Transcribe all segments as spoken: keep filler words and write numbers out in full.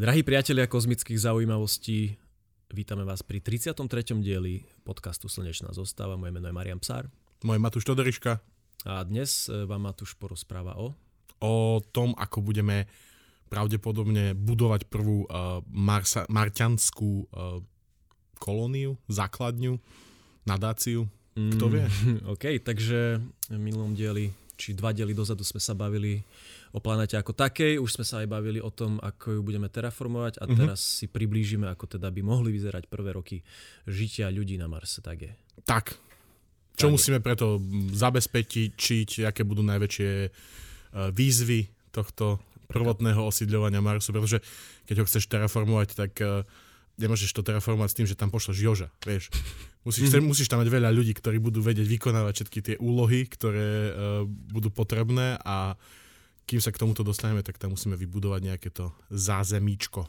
Drahí priatelia kozmických zaujímavostí, vítame vás pri tridsiatom treťom dieli podcastu Slnečná zostava. Moje meno je Marián Psár. Moje Matúš Todoriška. A dnes vám Matúš porozpráva o... O tom, ako budeme pravdepodobne budovať prvú uh, marsa, marťanskú uh, kolóniu, základňu, nadáciu. Kto vie? Mm, OK, takže v minulom dieli, či dva diely dozadu sme sa bavili o planéte ako takej, už sme sa aj bavili o tom, ako ju budeme terraformovať a teraz uh-huh. si priblížime, ako teda by mohli vyzerať prvé roky žitia ľudí na Marse, tak je. Tak. Čo tak musíme je. preto zabezpečiť, čiť, aké budú najväčšie výzvy tohto prvotného osídľovania Marsu, pretože keď ho chceš terraformovať, tak nemôžeš to terraformovať s tým, že tam pošleš Joža, vieš. Musíš, mm-hmm. musíš tam mať veľa ľudí, ktorí budú vedieť vykonávať všetky tie úlohy, ktoré uh, budú potrebné a kým sa k tomuto dostaneme, tak tam musíme vybudovať nejaké to zázemíčko.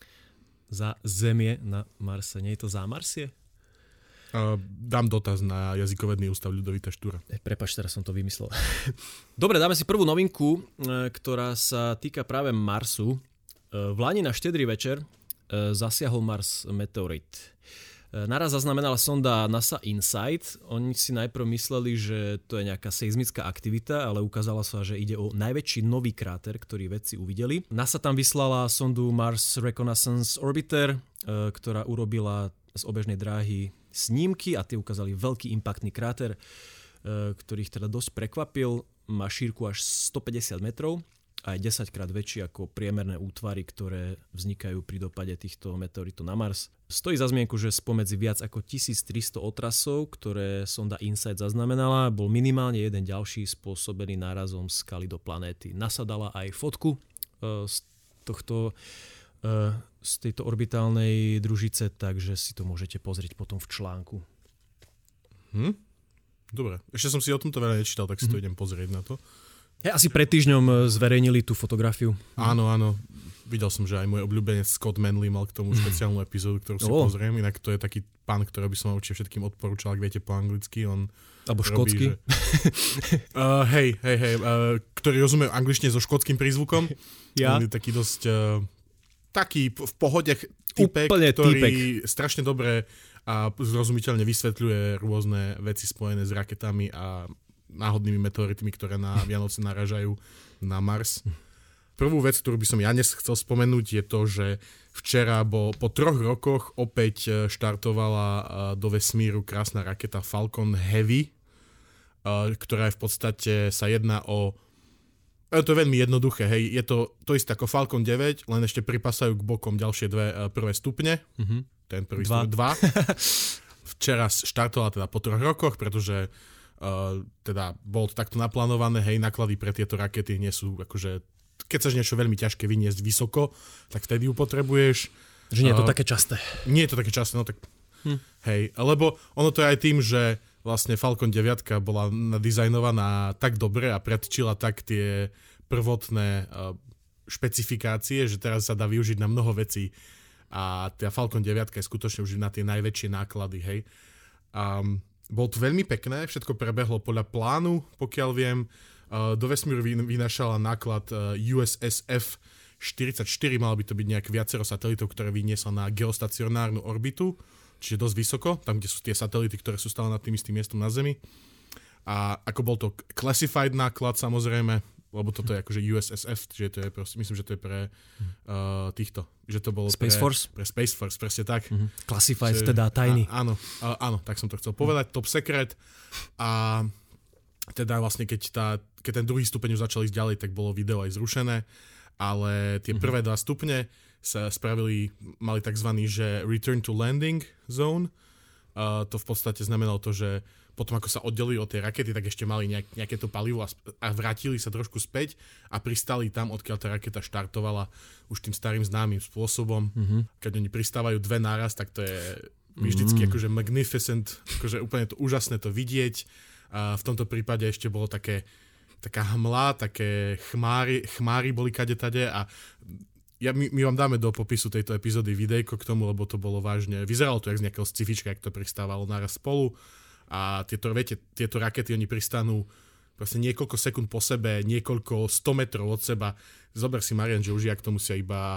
Zázemie na Marse, nie je to zámarsie? Uh, dám dotaz na jazykovedný ústav Ľudovita Štúra. E, prepáč, teraz som to vymyslel. Dobre, dáme si prvú novinku, ktorá sa týka práve Marsu. V lani na štedrý večer zasiahol Mars meteorit. Naraz zaznamenala sonda NASA InSight. Oni si najprv mysleli, že to je nejaká seizmická aktivita, ale ukázalo sa, že ide o najväčší nový kráter, ktorý vedci uvideli. NASA tam vyslala sondu Mars Reconnaissance Orbiter, ktorá urobila z obežnej dráhy snímky a tie ukázali veľký impaktný kráter, ktorý ich teda dosť prekvapil. Má šírku až stopäťdesiat metrov a je desaťkrát väčší ako priemerné útvary, ktoré vznikajú pri dopade týchto meteoritov na Mars. Stojí za zmienku, že spomedzi viac ako tisíctristo otrasov, ktoré sonda InSight zaznamenala, bol minimálne jeden ďalší spôsobený nárazom skaly do planéty. NASA dala aj fotku uh, z tohto uh, z tejto orbitálnej družice, takže si to môžete pozrieť potom v článku. Hm? Dobre, ešte som si o tomto veľa nečítal, tak si to mm. idem pozrieť na to. Ja, asi pred týždňom zverejnili tú fotografiu. Áno, áno. Videl som, že aj môj obľúbenec Scott Manley mal k tomu špeciálnu epizódu, ktorú si oh. pozriem. Inak to je taký pán, ktorý by som určite všetkým odporúčal, ak viete po anglicky. On Alebo škótsky. Že... uh, hej, hej, hej. Uh, ktorý rozumie angličtine so škótskym prízvukom. Ja. On je taký dosť... Uh, taký v pohode typek, Úplne ktorý týpek. strašne dobre a zrozumiteľne vysvetľuje rôzne veci spojené s raketami a náhodnými meteoritmi, ktoré na Vianoce narážajú na Mars. Prvú vec, ktorú by som ja dnes chcel spomenúť, je to, že včera bo, po troch rokoch opäť štartovala do vesmíru krásna raketa Falcon Heavy, ktorá je v podstate sa jedná o... To je veľmi jednoduché, hej, je to to isté ako Falcon deväť, len ešte pripasajú k bokom ďalšie dve prvé stupne. Mm-hmm. Ten prvý dva. stupne, dva. Včera štartovala teda po troch rokoch, pretože Uh, teda bolo to takto naplánované, hej, náklady pre tieto rakety nie sú akože, keď chceš niečo veľmi ťažké vyniesť vysoko, tak vtedy ju potrebuješ. Že nie je to uh, také časté. Nie je to také časté, no tak hm. hej, lebo ono to je aj tým, že vlastne Falcon deväť bola nadizajnovaná tak dobre a predčila tak tie prvotné uh, špecifikácie, že teraz sa dá využiť na mnoho vecí a tá Falcon deväť je skutočne už na tie najväčšie náklady, hej. Um, Bolo to veľmi pekné, všetko prebehlo podľa plánu, pokiaľ viem. Do vesmíru vynášala náklad U S S F štyridsaťštyri, malo by to byť nejak viacero satelitov, ktoré vyniesla na geostacionárnu orbitu, čiže dosť vysoko, tam, kde sú tie satelity, ktoré sú stále nad tým istým miestom na Zemi. A ako bol to classified náklad, samozrejme, lebo toto je akože U S S F, že to je proste, myslím, že to je pre uh, týchto, že to bolo Space pre, Force? Pre Space Force, presne tak. Mm-hmm. Classified, že, teda tajný. A, áno, a, áno, tak som to chcel povedať, top secret. A teda vlastne, keď, tá, keď ten druhý stupeň už začal ísť ďalej, tak bolo video aj zrušené, ale tie mm-hmm. prvé dva stupne sa spravili, mali takzvaný, že return to landing zone. Uh, to v podstate znamenalo to, že potom ako sa oddelili od tej rakety, tak ešte mali nejak, nejaké to palivo a, a vrátili sa trošku späť a pristali tam, odkiaľ tá raketa štartovala už tým starým známym spôsobom. Mm-hmm. Keď oni pristávajú dve naraz, tak to je vždycky mm-hmm. akože magnificent, akože úplne to úžasné to vidieť. A v tomto prípade ešte bolo také, taká hmla, také chmáry, chmáry boli kadetade a ja, my, my vám dáme do popisu tejto epizódy videjko k tomu, lebo to bolo vážne, vyzeralo to jak z nejakého sci-fička, jak to pristávalo naraz spolu. A tieto, viete, tieto rakety, oni pristanú proste niekoľko sekúnd po sebe, niekoľko sto metrov od seba. Zober si, Marian, že už jak to musia iba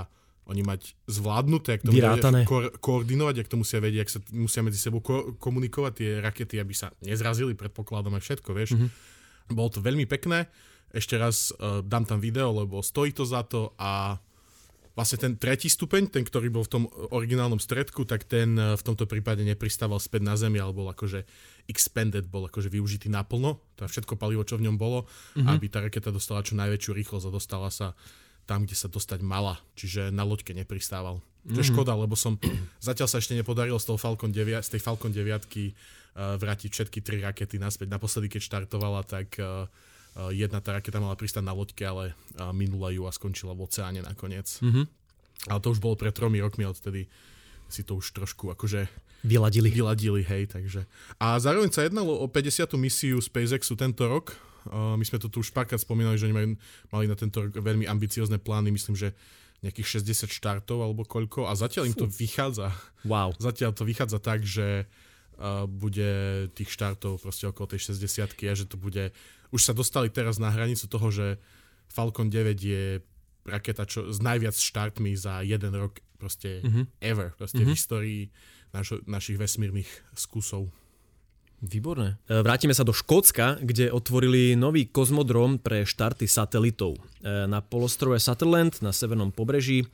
oni mať zvládnuté, jak to Vyrátané. Ko- koordinovať, jak to musia vedieť, jak sa t- musia medzi sebou ko- komunikovať tie rakety, aby sa nezrazili, predpokladom aj všetko, vieš. Mm-hmm. Bolo to veľmi pekné. Ešte raz uh, dám tam video, lebo stojí to za to a vlastne ten tretí stupeň, ten, ktorý bol v tom originálnom stredku, tak ten v tomto prípade nepristával späť na Zemi, ale bol akože expanded, bol akože využitý naplno, to všetko palivo, čo v ňom bolo, mm-hmm. aby tá raketa dostala čo najväčšiu rýchlosť a dostala sa tam, kde sa dostať mala, čiže na loďke nepristával. Mm-hmm. To je škoda, lebo som zatiaľ sa ešte nepodarilo z, toho Falcon deväť, z tej Falcon deväť uh, vrátiť všetky tri rakety naspäť. Naposledy, keď štartovala, tak uh, Uh, jedna tá raketa mala pristať na loďke, ale uh, minula ju a skončila v oceáne nakoniec. Mm-hmm. Ale to už bolo pred tromi rokmi, odtedy si to už trošku akože vyladili. vyladili, hej, takže. A zároveň sa jednalo o päťdesiatu misiu SpaceXu tento rok. Uh, my sme to tu už párkrát spomínali, že oni mali, mali na tento rok veľmi ambiciozne plány, myslím, že nejakých šesťdesiat štartov alebo koľko a zatiaľ im to vychádza. Wow. Zatiaľ to vychádza tak, že uh, bude tých štartov proste okolo tej šesťdesiatky a že to bude. Už sa dostali teraz na hranicu toho, že Falcon deväť je raketa čo, s najviac štartmi za jeden rok proste mm-hmm. ever, proste mm-hmm. v histórii našo, našich vesmírnych skúsov. Výborné. Vrátime sa do Škótska, kde otvorili nový kozmodrom pre štarty satelitov. Na polostrove Sutherland na severnom pobreží.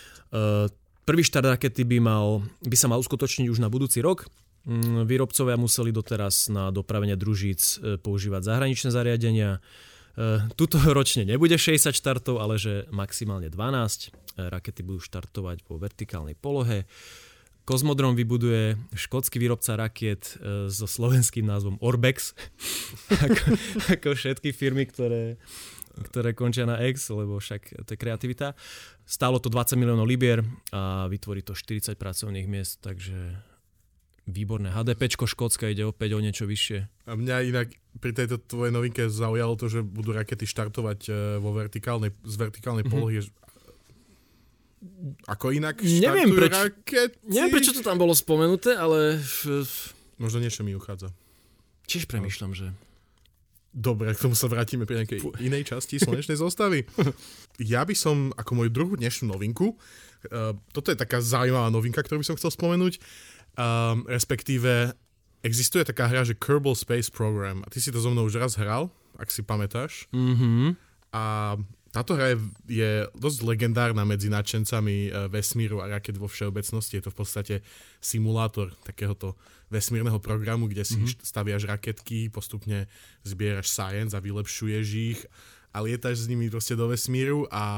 Prvý štart rakety by, mal, by sa mal uskutočniť už na budúci rok. Výrobcovia museli doteraz na dopravenie družíc používať zahraničné zariadenia. Tuto ročne nebude šesťdesiat štartov, ale že maximálne dvanásť. Rakety budú štartovať po vertikálnej polohe. Kozmodrom vybuduje škótsky výrobca rakiet so slovenským názvom Orbex. ako, ako všetky firmy, ktoré, ktoré končia na X, lebo však to je kreativita. Stálo to dvadsať miliónov libier a vytvorí to štyridsať pracovných miest, takže výborné. há dé péčko Škótska ide opäť o niečo vyššie. A mňa inak pri tejto tvojej novinke zaujalo to, že budú rakety štartovať vo vertikálnej, z vertikálnej mm-hmm. polohy. Ako inak štartujú neviem, preč, rakety? Neviem, prečo to tam bolo spomenuté, ale možno niečo mi uchádza. Tiež premýšľam, že dobre, k tomu sa vrátime pri nejakej inej časti slnečnej zostavy. Ja by som, ako moju druhú dnešnú novinku, uh, toto je taká zaujímavá novinka, ktorú by som chcel spomenúť, um, respektíve existuje taká hra, že Kerbal Space Program. A ty si to so mnou už raz hral, ak si pamätáš. Mhm. A táto hra je, je dosť legendárna medzi nadšencami vesmíru a raket vo všeobecnosti. Je to v podstate simulátor takéhoto vesmírneho programu, kde si mm-hmm. staviaš raketky, postupne zbieraš science a vylepšuješ ich a lietaš s nimi proste do vesmíru. A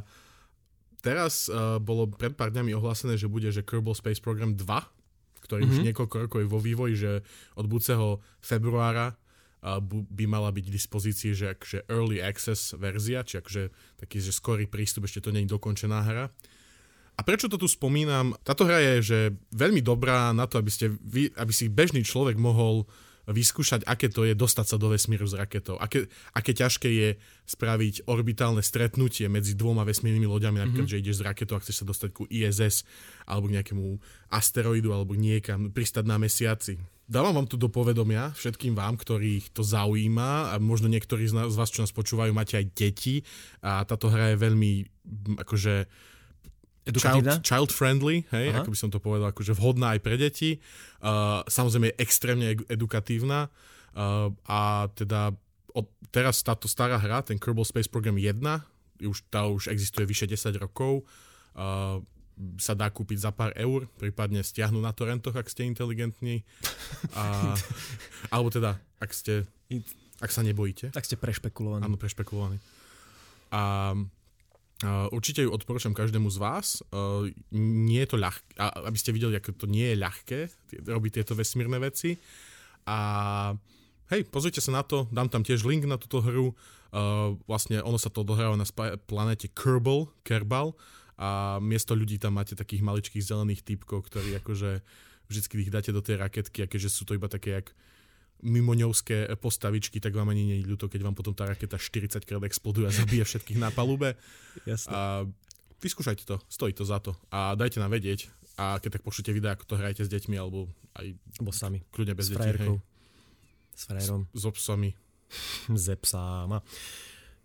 teraz uh, bolo pred pár dňami ohlásené, že bude že Kerbal Space Program dva, ktorý mm-hmm. už niekoľko rokov je vo vývoji, že od budúceho februára by mala byť v dispozícii, že akože early access verzia, či akože taký, že skorý prístup, ešte to nie je dokončená hra. A prečo to tu spomínam? Táto hra je že veľmi dobrá na to, aby, ste vy, aby si bežný človek mohol vyskúšať, aké to je dostať sa do vesmíru s raketou. Aké, aké ťažké je spraviť orbitálne stretnutie medzi dvoma vesmírnymi loďami, napríklad, mm-hmm. že ideš z raketou a chceš sa dostať ku í es es alebo k nejakému asteroidu alebo niekam, pristať na mesiaci. Dávam vám tu do povedomia všetkým vám, ktorých to zaujíma a možno niektorí z, nás, z vás, čo nás počúvajú, máte aj deti a táto hra je veľmi akože child, child friendly, hej, ako by som to povedal, akože vhodná aj pre deti. Uh, samozrejme je extrémne edukatívna uh, a teda od, teraz táto stará hra, ten Kerbal Space Program jeden, už, tá už existuje vyše desať rokov, uh, sa dá kúpiť za pár eur, prípadne stiahnuť na torrentoch, ak ste inteligentní. A, alebo teda, ak ste, ak sa nebojíte. Tak ste prešpekulovaní. Áno, prešpekulovaní. A, a určite ju odporúčam každému z vás. A, nie je to ľahké, aby ste videli, ako to nie je ľahké robiť tieto vesmírne veci. A hej, pozrite sa na to, dám tam tiež link na túto hru. A, vlastne ono sa to odohráva na sp- planete Kerbal, Kerbal, a miesto ľudí tam máte takých maličkých zelených typkov, ktorí akože vždycky ich dáte do tej raketky a keďže sú to iba také jak mimoňovské postavičky, tak vám ani nie je ľúto, keď vám potom tá raketa štyridsaťkrát exploduje a zabije všetkých na palube. Jasne. A vyskúšajte to, stojí to za to a dajte nám vedieť a keď tak pošlite videa, ako to hrajete s deťmi alebo aj alebo sami. Kľudne bez s detí. Frajerkou. Hej. S frajerom. S, s psami. Ze psáma.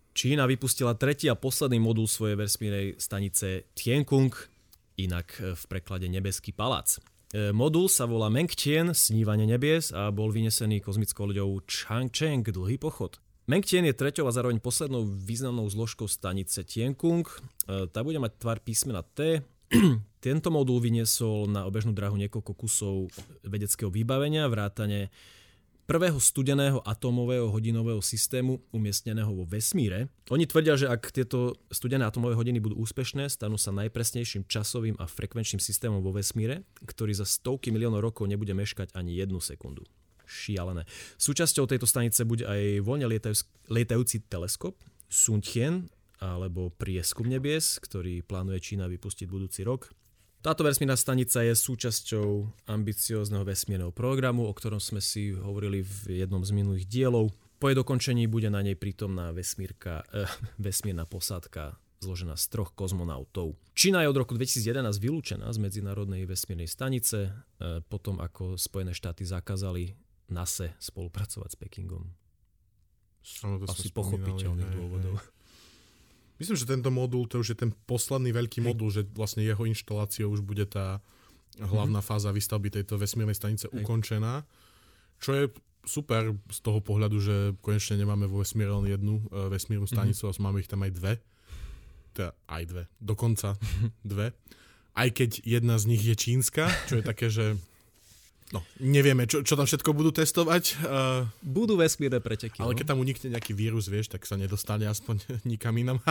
Čína vypustila tretí a posledný modul svojej vesmírnej stanice Tiankung, inak v preklade Nebeský palác. Modul sa volá Mengtian, snívanie nebies, a bol vynesený kozmickou loďou Changcheng, dlhý pochod. Mengtian je treťou a zároveň poslednou významnou zložkou stanice Tiankung. Tá bude mať tvar písmena T. Tento modul vyniesol na obežnú dráhu niekoľko kusov vedeckého vybavenia, vrátane prvého studeného atómového hodinového systému umiestneného vo vesmíre. Oni tvrdia, že ak tieto studené atómové hodiny budú úspešné, stanú sa najpresnejším časovým a frekvenčným systémom vo vesmíre, ktorý za stovky miliónov rokov nebude meškať ani jednu sekundu. Šialené. Súčasťou tejto stanice bude aj voľne lietajúci teleskop Suntian, alebo prieskum nebies, ktorý plánuje Čína vypustiť budúci rok. Táto vesmírna stanica je súčasťou ambiciózneho vesmírneho programu, o ktorom sme si hovorili v jednom z minulých dielov. Po jej dokončení bude na nej prítomná vesmírka, eh, vesmírna posádka zložená z troch kozmonautov. Čína je od roku dvetisícjedenásť vylúčená z medzinárodnej vesmírnej stanice, eh, potom ako Spojené štáty zakázali NASA spolupracovať s Pekingom. Ano, asi pochopiteľných dôvodov. Myslím, že tento modul, to už je ten posledný veľký modul, že vlastne jeho inštaláciou už bude tá hlavná mm-hmm. fáza výstavby tejto vesmírnej stanice Hej. ukončená. Čo je super z toho pohľadu, že konečne nemáme vo vesmíre len jednu uh, vesmírnu stanicu, mm-hmm. ale máme ich tam aj dve. Teda aj dve. Dokonca dve. Aj keď jedna z nich je čínska, čo je také, že no, nevieme, čo, čo tam všetko budú testovať. Uh, budú vesmírne preteky. Ale no? keď tam unikne nejaký vírus, vieš, tak sa nedostane aspoň nikam inam.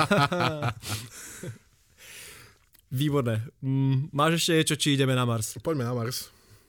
Výborné. Mm, máš ešte niečo, či ideme na Mars? Poďme na Mars.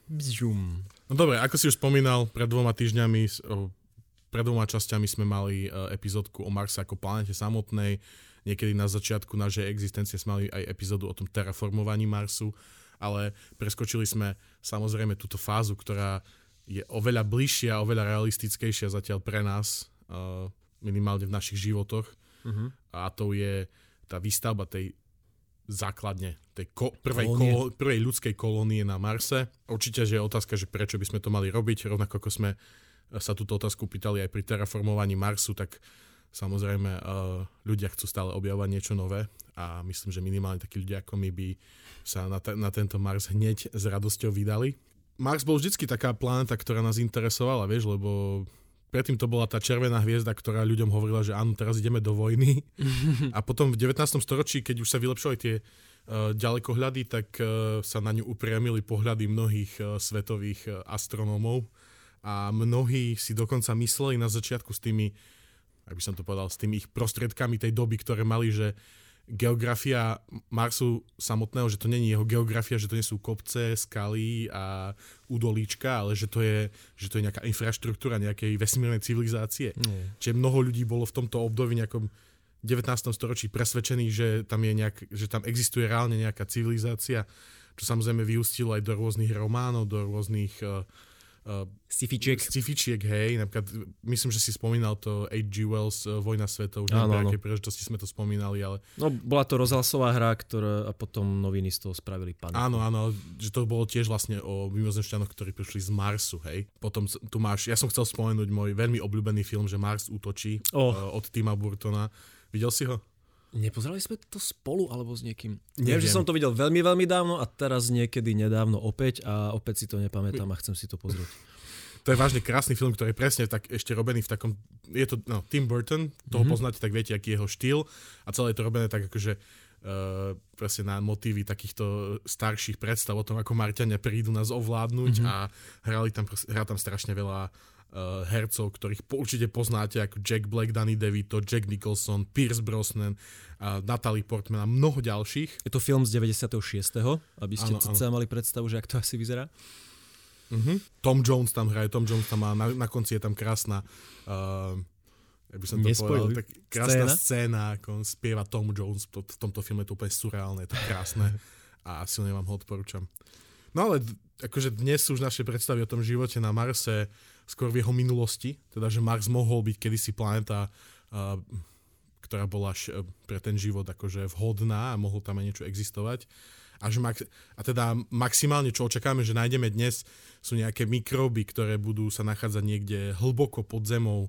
Bzum. No dobre, ako si už spomínal, pred dvoma týždňami, pred dvoma časťami sme mali epizódku o Marse ako planete samotnej. Niekedy na začiatku našej existencie sme mali aj epizódu o tom terraformovaní Marsu. Ale preskočili sme samozrejme túto fázu, ktorá je oveľa bližšia, oveľa realistickejšia zatiaľ pre nás, uh, minimálne v našich životoch. Uh-huh. A to je tá výstavba tej základne, tej ko- prvej, kolo- prvej ľudskej kolónie na Marse. Určite, že je otázka, že prečo by sme to mali robiť, rovnako ako sme sa túto otázku pýtali aj pri terraformovaní Marsu, tak samozrejme uh, ľudia chcú stále objavovať niečo nové a myslím, že minimálne takí ľudia ako my by sa na, te- na tento Mars hneď s radosťou vydali. Mars bol vždycky taká planéta, ktorá nás interesovala, vieš, lebo predtým to bola tá červená hviezda, ktorá ľuďom hovorila, že áno, teraz ideme do vojny. A potom v devätnástom storočí, keď už sa vylepšovali tie uh, ďalekohľady, tak uh, sa na ňu upriamili pohľady mnohých uh, svetových uh, astronómov a mnohí si dokonca mysleli na začiatku s tými, ak by som to povedal, s tými ich prostriedkami tej doby, ktoré mali, že geografia Marsu samotného, že to nie je jeho geografia, že to nie sú kopce, skaly a údolíčka, ale že to je, že to je nejaká infraštruktúra nejakej vesmírnej civilizácie. Mm. Čiže mnoho ľudí bolo v tomto období nejakom devätnástom storočí presvedčených, že tam, je nejak, že tam existuje reálne nejaká civilizácia, čo samozrejme vyústilo aj do rôznych románov, do rôznych uh, Uh, Sci-fičiek. Sci-fičiek, hej. Napríklad, myslím, že si spomínal to há gé. Wells, uh, Vojna svetov, už neviem, pre akej príležitosti sme to spomínali, ale... No, bola to rozhlasová hra, ktorá, a potom noviny z toho spravili paniku. Áno, áno, že to bolo tiež vlastne o mimozemšťanoch, ktorí prišli z Marsu, hej. Potom tu máš, ja som chcel spomenúť môj veľmi obľúbený film, že Mars útočí, oh. uh, od Tima Burtona. Videl si ho? Nepozerali sme to spolu alebo s niekým? Neviem, že som to videl veľmi, veľmi dávno a teraz niekedy nedávno opäť a opäť si to nepamätám a chcem si to pozrieť. To je vážne krásny film, ktorý je presne tak ešte robený v takom, je to no, Tim Burton, toho mm-hmm. poznáte, tak viete, aký je jeho štýl a celé je to robené tak akože uh, presne na motívy takýchto starších predstav o tom, ako Marťania prídu nás ovládnuť mm-hmm. a hrali tam, hrá tam strašne veľa Uh, hercov, ktorých po, určite poznáte, ako Jack Black, Danny DeVito, Jack Nicholson, Pierce Brosnan, uh, Natalie Portman a mnoho ďalších. Je to film z deväťdesiateho šiesteho aby ste sa mali predstavu, že ak to asi vyzerá. Uh-huh. Tom Jones tam hraje, Tom Jones tam má, na, na konci je tam krásna uh, ja by som to povedal, tak krásna scéna, scéna ako on spieva Tom Jones, to, v tomto filme je to úplne surreálne, je to krásne a silne vám ho odporúčam. No ale akože dnes sú už naše predstavy o tom živote na Marse skôr v jeho minulosti, teda že Mars mohol byť kedysi planéta, uh, ktorá bola š- pre ten život akože vhodná a mohol tam aj niečo existovať. A, že max- a teda maximálne, čo očakáme, že nájdeme dnes, sú nejaké mikróby, ktoré budú sa nachádzať niekde hlboko pod zemou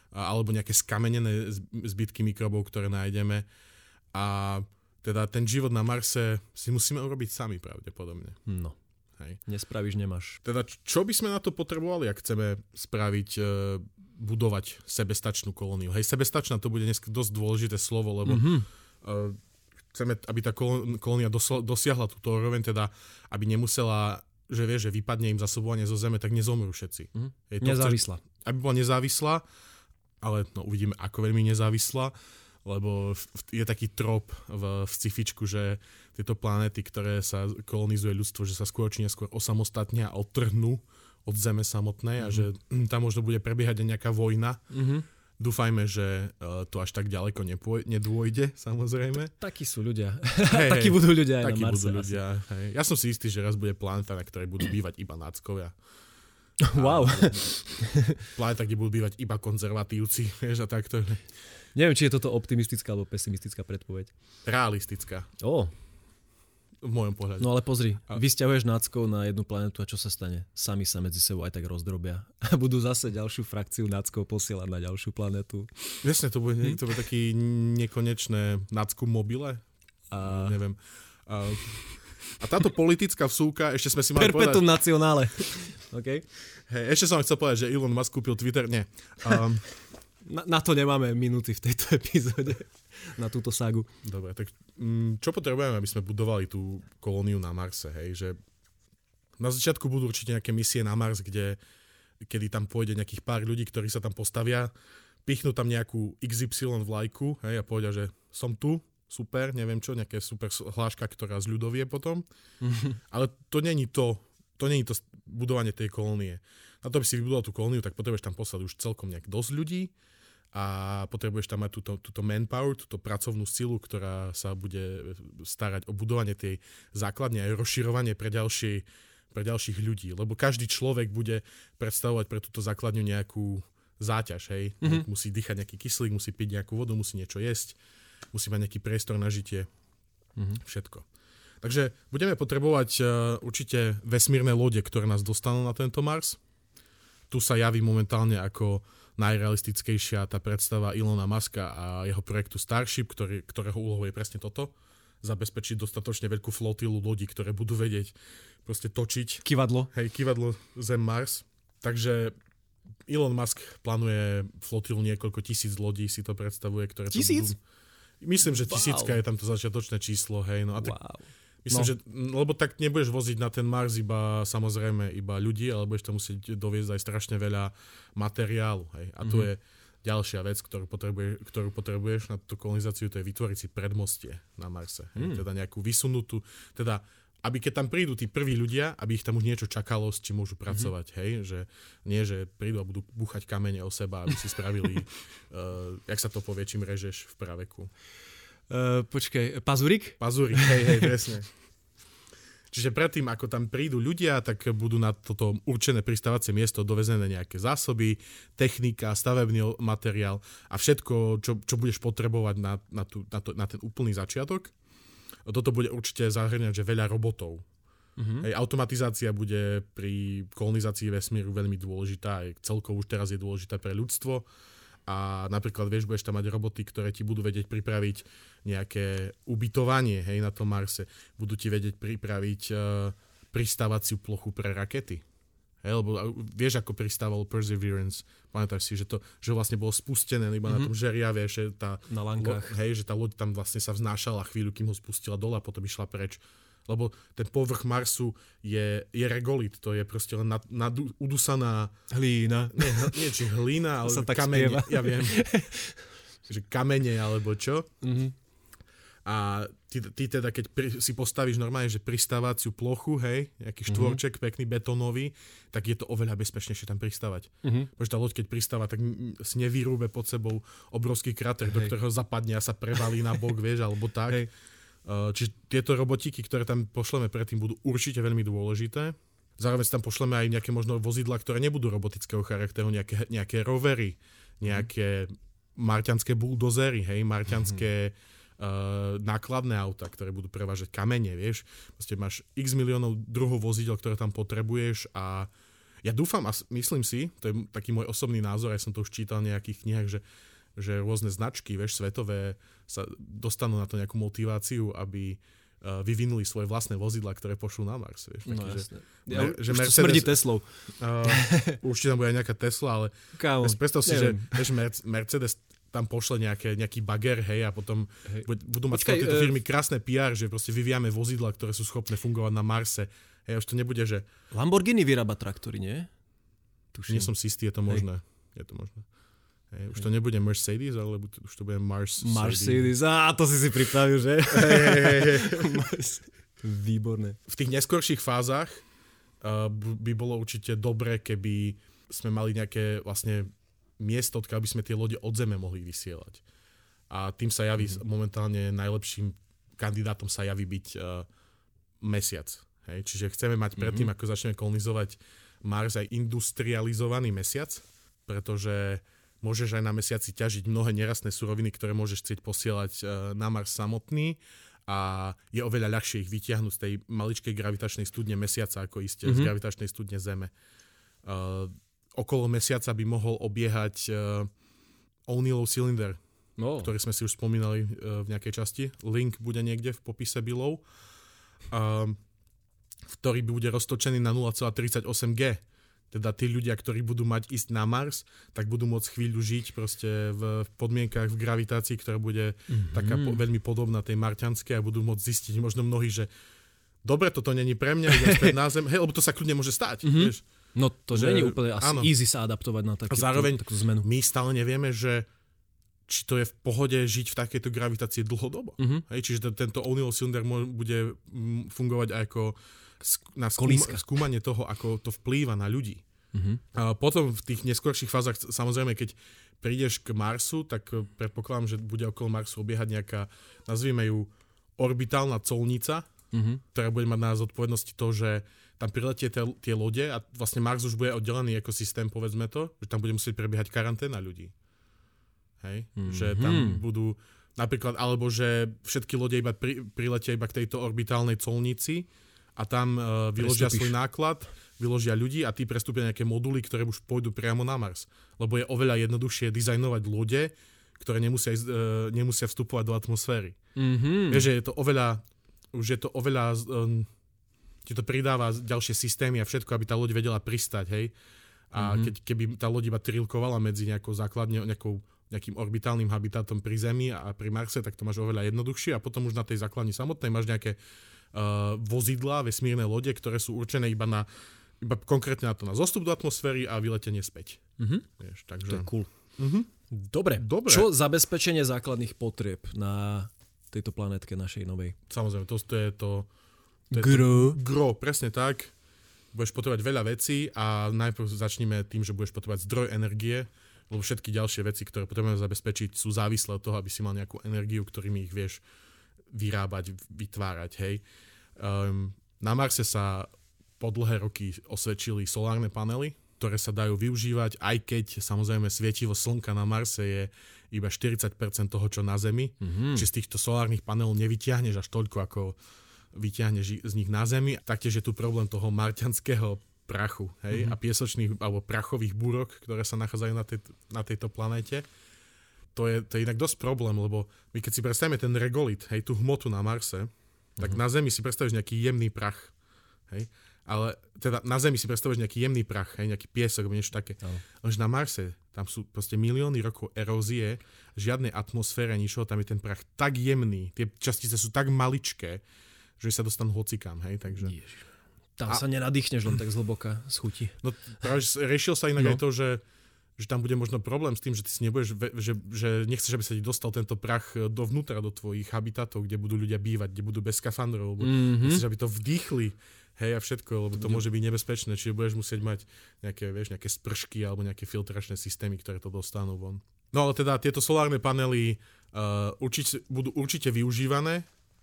alebo nejaké skamenené zbytky mikrobov, ktoré nájdeme. A teda ten život na Marse si musíme urobiť sami pravdepodobne. No. Hej. Nespravíš, nemáš. Teda čo by sme na to potrebovali, ak chceme spraviť, e, budovať sebestačnú kolóniu? Hej, sebestačná to bude dnes dosť dôležité slovo, lebo mm-hmm. e, chceme, aby tá kolónia dosl- dosiahla túto úroveň, teda aby nemusela, že vie, že vypadne im zasobovanie zo Zeme, tak nezomrú všetci. Mm-hmm. Hej, nezávislá. Chce, aby bola nezávislá, ale no, uvidíme, ako veľmi nezávislá, lebo je taký trop v, v sci-fičku, že tieto planéty, ktoré sa kolonizuje ľudstvo, že sa skôr či neskôr osamostatnia a odtrhnú od Zeme samotnej mm-hmm. a že tam možno bude prebiehať aj nejaká vojna. Mm-hmm. Dúfajme, že uh, to až tak ďaleko nepôj- nedôjde, samozrejme. Takí sú ľudia. Hey, takí budú ľudia aj takí na Marse. Budú ľudia, hej. Ja som si istý, že raz bude planéta, na ktorej budú bývať iba náckovia. Wow. Planéta, kde budú bývať iba konzervatívci, vieš, a takto. Neviem, či je toto optimistická alebo pesimistická predpoveď. Realistická. Ó. V mojom pohľade. No ale pozri, a... vysťahuješ náckov na jednu planetu a čo sa stane? Sami sa medzi sebou aj tak rozdrobia. A budú zase ďalšiu frakciu náckov posielať na ďalšiu planetu. Jasne, to bude, hm? to bude taký nekonečné nácku mobile. A... Neviem. A... A táto politická vsúka, ešte sme si mali povedať... Perpetuum nacionále. Okay. Hey, ešte som chcel povedať, že Elon Musk kúpil Twitter. Nie. Um... na, na to nemáme minúty v tejto epizóde. Na túto ságu. Dobre, tak um, čo potrebujeme, aby sme budovali tú kolóniu na Marse? Hej? Že na začiatku budú určite nejaké misie na Mars, kde, kedy tam pôjde nejakých pár ľudí, ktorí sa tam postavia, pichnú tam nejakú iks ypsilon vlajku, hej, a povedia, že som tu, super, neviem čo, nejaké super hláška, ktorá zľudovie potom. Mm-hmm. Ale to není to, to není to budovanie tej kolónie. Na to, aby si vybudoval tú kolóniu, tak potrebuješ tam poslať už celkom nejak dosť ľudí a potrebuješ tam mať túto, túto manpower, túto pracovnú silu, ktorá sa bude starať o budovanie tej základne aj rozširovanie pre, ďalšie, pre ďalších ľudí. Lebo každý človek bude predstavovať pre túto základňu nejakú záťaž. Hej? Mm-hmm. Musí dýchať nejaký kyslík, musí piť nejakú vodu, musí niečo jesť. Musí mať nejaký priestor na žitie. Mm-hmm. Všetko. Takže budeme potrebovať uh, určite vesmírne lode, ktoré nás dostanú na tento Mars. Tu sa javí momentálne ako najrealistickejšia tá predstava Elona Muska a jeho projektu Starship, ktorý, ktorého úlohou je presne toto. Zabezpečiť dostatočne veľkú flotilu lodí, ktoré budú vedieť proste točiť. Kivadlo. Hej, kivadlo Zem-Mars. Takže Elon Musk plánuje flotilu niekoľko tisíc lodí, si to predstavuje, ktoré tisíc? To budú... Myslím, že tisícka wow. je tam to začiatočné číslo, hej, no a tak wow. myslím, no. že, lebo tak nebudeš voziť na ten Mars iba, samozrejme, iba ľudí, ale budeš tam musieť doviezť aj strašne veľa materiálu, hej, a tu mm-hmm. je ďalšia vec, ktorú, potrebuje, ktorú potrebuješ na tú kolonizáciu, to je vytvoriť si predmostie na Marse, hej, mm. teda nejakú vysunutú, teda aby keď tam prídu tí prví ľudia, aby ich tam už niečo čakalo, s čím môžu pracovať, mm-hmm. hej, že nie, že prídu a budú búchať kamene o seba, aby si spravili, uh, jak sa to povie, čím režeš v praveku. Uh, počkaj, pazurik? Pazurik, hej, hej, presne. Čiže predtým, ako tam prídu ľudia, tak budú na toto určené pristávacie miesto dovezené nejaké zásoby, technika, stavebný materiál a všetko, čo, čo budeš potrebovať na, na, tú, na, to, na ten úplný začiatok. Toto bude určite zahrňať, že veľa robotov. Uh-huh. Hej, automatizácia bude pri kolonizácii vesmíru veľmi dôležitá, aj celkovo už teraz je dôležitá pre ľudstvo. A napríklad, vieš, budeš tam mať roboty, ktoré ti budú vedieť pripraviť nejaké ubytovanie, hej, na tom Marse. Budú ti vedieť pripraviť uh, pristávaciu plochu pre rakety. Hej, lebo vieš, ako pristával Perseverance. Pamätáš si, že to že vlastne bolo spustené iba mm-hmm. na tom žeriave, že tá, na lankách. Lo, hej, že tá loď tam vlastne sa vznášala chvíľu, kým ho spustila dole a potom išla preč. Lebo ten povrch Marsu je, je regolit, to je proste len nad, nad, udusaná... Hlína. Nie, nie či hlína, ale kamene. Ja viem. Že kamene, alebo čo. Mm-hmm. A ty, ty teda, keď pri, si postavíš normálne, že pristávaciu plochu, hej, nejaký štvorček, mm-hmm. pekný betónový, tak je to oveľa bezpečnejšie tam pristávať. Mm-hmm. Pretože tá loď, keď pristáva, tak si nevyrúbe pod sebou obrovský krater, hej. do ktorého zapadne a sa prevalí na bok, vieš, alebo tak. Hej. Čiže tieto robotíky, ktoré tam pošleme predtým, budú určite veľmi dôležité. Zároveň tam pošleme aj nejaké možno vozidlá, ktoré nebudú robotického charakteru, nejaké, nejaké rovery, nejaké marťanské buldozery, hej, marťanské mm-hmm. uh, nákladné auta, ktoré budú prevážať kamene, vieš. Proste máš x miliónov druhov vozidel, ktoré tam potrebuješ a Ja dúfam a myslím si, to je taký môj osobný názor, ja som to už čítal v nejakých knihách, že, že rôzne značky, vieš, svetové sa dostanú na to nejakú motiváciu, aby uh, vyvinuli svoje vlastné vozidlá, ktoré pošlú na Mars. Vieš, no taký, jasne. Že, ja, že už Mercedes, to smrdí Teslou. Uh, určite tam bude aj nejaká Tesla, ale Kámo, predstav si, neviem. že vieš, Mercedes tam pošle nejaké, nejaký bager, hej, a potom hej. budú mať Počkaj, tieto uh, firmy krásne pé er, že proste vyvíjame vozidla, ktoré sú schopné fungovať na Marse. Hej, už to nebude, že... Lamborghini vyrába traktory, nie? Tuším. Nie som si istý, je to možné. Hej. Je to možné. Hej, už to nebude Mercedes, ale už to bude Mars. Mercedes, á, to si si pripravil, že? Hej, hej, hej. Výborné. V tých neskorších fázach uh, by bolo určite dobré, keby sme mali nejaké vlastne miesto, odkiaľ by sme tie lode od Zeme mohli vysielať. A tým sa javí mm. momentálne najlepším kandidátom sa javí byť uh, Mesiac. Hej? Čiže chceme mať predtým, mm-hmm. ako začneme kolonizovať Mars, aj industrializovaný mesiac, pretože môžeš aj na mesiaci ťažiť mnohé nerastné suroviny, ktoré môžeš chcieť posielať uh, na Mars samotný a je oveľa ľahšie ich vytiahnuť z tej maličkej gravitačnej studne mesiaca, ako ísť mm-hmm. z gravitačnej studne Zeme. Uh, okolo mesiaca by mohol obiehať uh, O'Neillov cylinder, oh. ktorý sme si už spomínali uh, v nejakej časti. Link bude niekde v popise below. Uh, ktorý bude roztočený na nula celá tridsaťosem gé. Teda tí ľudia, ktorí budú mať ísť na Mars, tak budú môcť chvíľu žiť proste v podmienkach v gravitácii, ktorá bude mm-hmm. taká po, veľmi podobná tej marťanskej a budú môcť zistiť možno mnohí, že dobre, toto není pre mňa, idem späť na Zem. Hej, lebo to sa kľudne môže stať. Mm-hmm. Vieš? No to že, nie je úplne asi áno. easy sa adaptovať na taký, zároveň takú zmenu. My stále nevieme, že či to je v pohode žiť v takejto gravitácii dlhodobo. Mm-hmm. Hej, čiže t- tento O'Neill cylinder bude fungovať ako na skúma- skúmanie toho, ako to vplýva na ľudí. Mm-hmm. A potom v tých neskorších fázach, samozrejme, keď prídeš k Marsu, tak predpokladám, že bude okolo Marsu obiehať nejaká, nazvime ju, orbitálna colnica, mm-hmm. ktorá bude mať na zodpovednosti to, že tam priletie tie, tie lode a vlastne Mars už bude oddelený ekosystém, povedzme to, že tam bude musieť prebiehať karanténa ľudí. Hej? Mm-hmm. Že tam budú napríklad, alebo že všetky lode iba pri, priletia iba k tejto orbitálnej colnici a tam uh, vyložia Prestupíš. svoj náklad, vyložia ľudí a tí prestúpia nejaké moduly, ktoré už pôjdu priamo na Mars. Lebo je oveľa jednoduchšie dizajnovať lode, ktoré nemusia, ísť, uh, nemusia vstupovať do atmosféry. Mm-hmm. Vieš, že je to oveľa, už je to oveľa, um, ti to pridáva ďalšie systémy a všetko, aby tá loď vedela pristať, hej. A mm-hmm. keď, keby tá loď iba trilkovala medzi nejakou základne, nejakou, nejakým orbitálnym habitátom pri Zemi a pri Marse, tak to máš oveľa jednoduchšie a potom už na tej základni samotnej máš nejaké uh, vozidlá, vesmírne lode, ktoré sú určené iba na iba konkrétne na to, na zostup do atmosféry a vyletenie späť. Mm-hmm. Vieš, takže... To je cool. Mm-hmm. Dobre. Dobre. Čo zabezpečenie základných potrieb na tejto planetke našej novej? Samozrejme, to, to je to... to je gro. To, gro, presne tak. Budeš potrebovať veľa vecí a najprv začneme tým, že budeš potrebovať zdroj energie, lebo všetky ďalšie veci, ktoré potrebujeme zabezpečiť, sú závislé od toho, aby si mal nejakú energiu, ktorými ich vieš vyrábať, vytvárať. Hej. Um, na Marse sa po dlhé roky osvedčili solárne panely, ktoré sa dajú využívať, aj keď samozrejme svietivo slnka na Marse je iba štyridsať percent toho, čo na Zemi. Mm-hmm. Čiže z týchto solárnych panelov nevyťahneš až toľko, ako vyťahneš z nich na Zemi. Taktiež je tu problém toho marťanského prachu, hej, mm-hmm. a piesočných alebo prachových búrok, ktoré sa nachádzajú na, tej, na tejto planéte. To je, to je inak dosť problém, lebo my keď si predstavíme ten regolit, hej, tú hmotu na Marse, mm-hmm. tak na Zemi si predstavíš nejaký jemný prach, hej. Ale teda na Zemi si predstavuješ nejaký jemný prach, hej, nejaký piesok, alebo niečo také. No. Lenže na Marse, tam sú proste milióny rokov erózie, žiadnej atmosfére, ničoho, tam je ten prach tak jemný, tie častice sú tak maličké, že sa dostanú hocikám, hej, takže... Ježiš. Tam a... sa nenadýchneš len tak zhlboka z chuti. No práve riešil sa inak no. aj to, že, že tam bude možno problém s tým, že ty si nebudeš, že, že nechceš, aby sa ti dostal tento prach dovnútra do tvojich habitátov, kde budú ľudia bývať, kde budú bez skafandrov, lebo mm-hmm. nechceš, aby to vdýchli. Hej, a všetko, lebo to môže byť nebezpečné, čiže budeš musieť mať nejaké, vieš, nejaké spršky alebo nejaké filtračné systémy, ktoré to dostanú von. No ale teda tieto solárne panely uh, určite, budú určite využívané,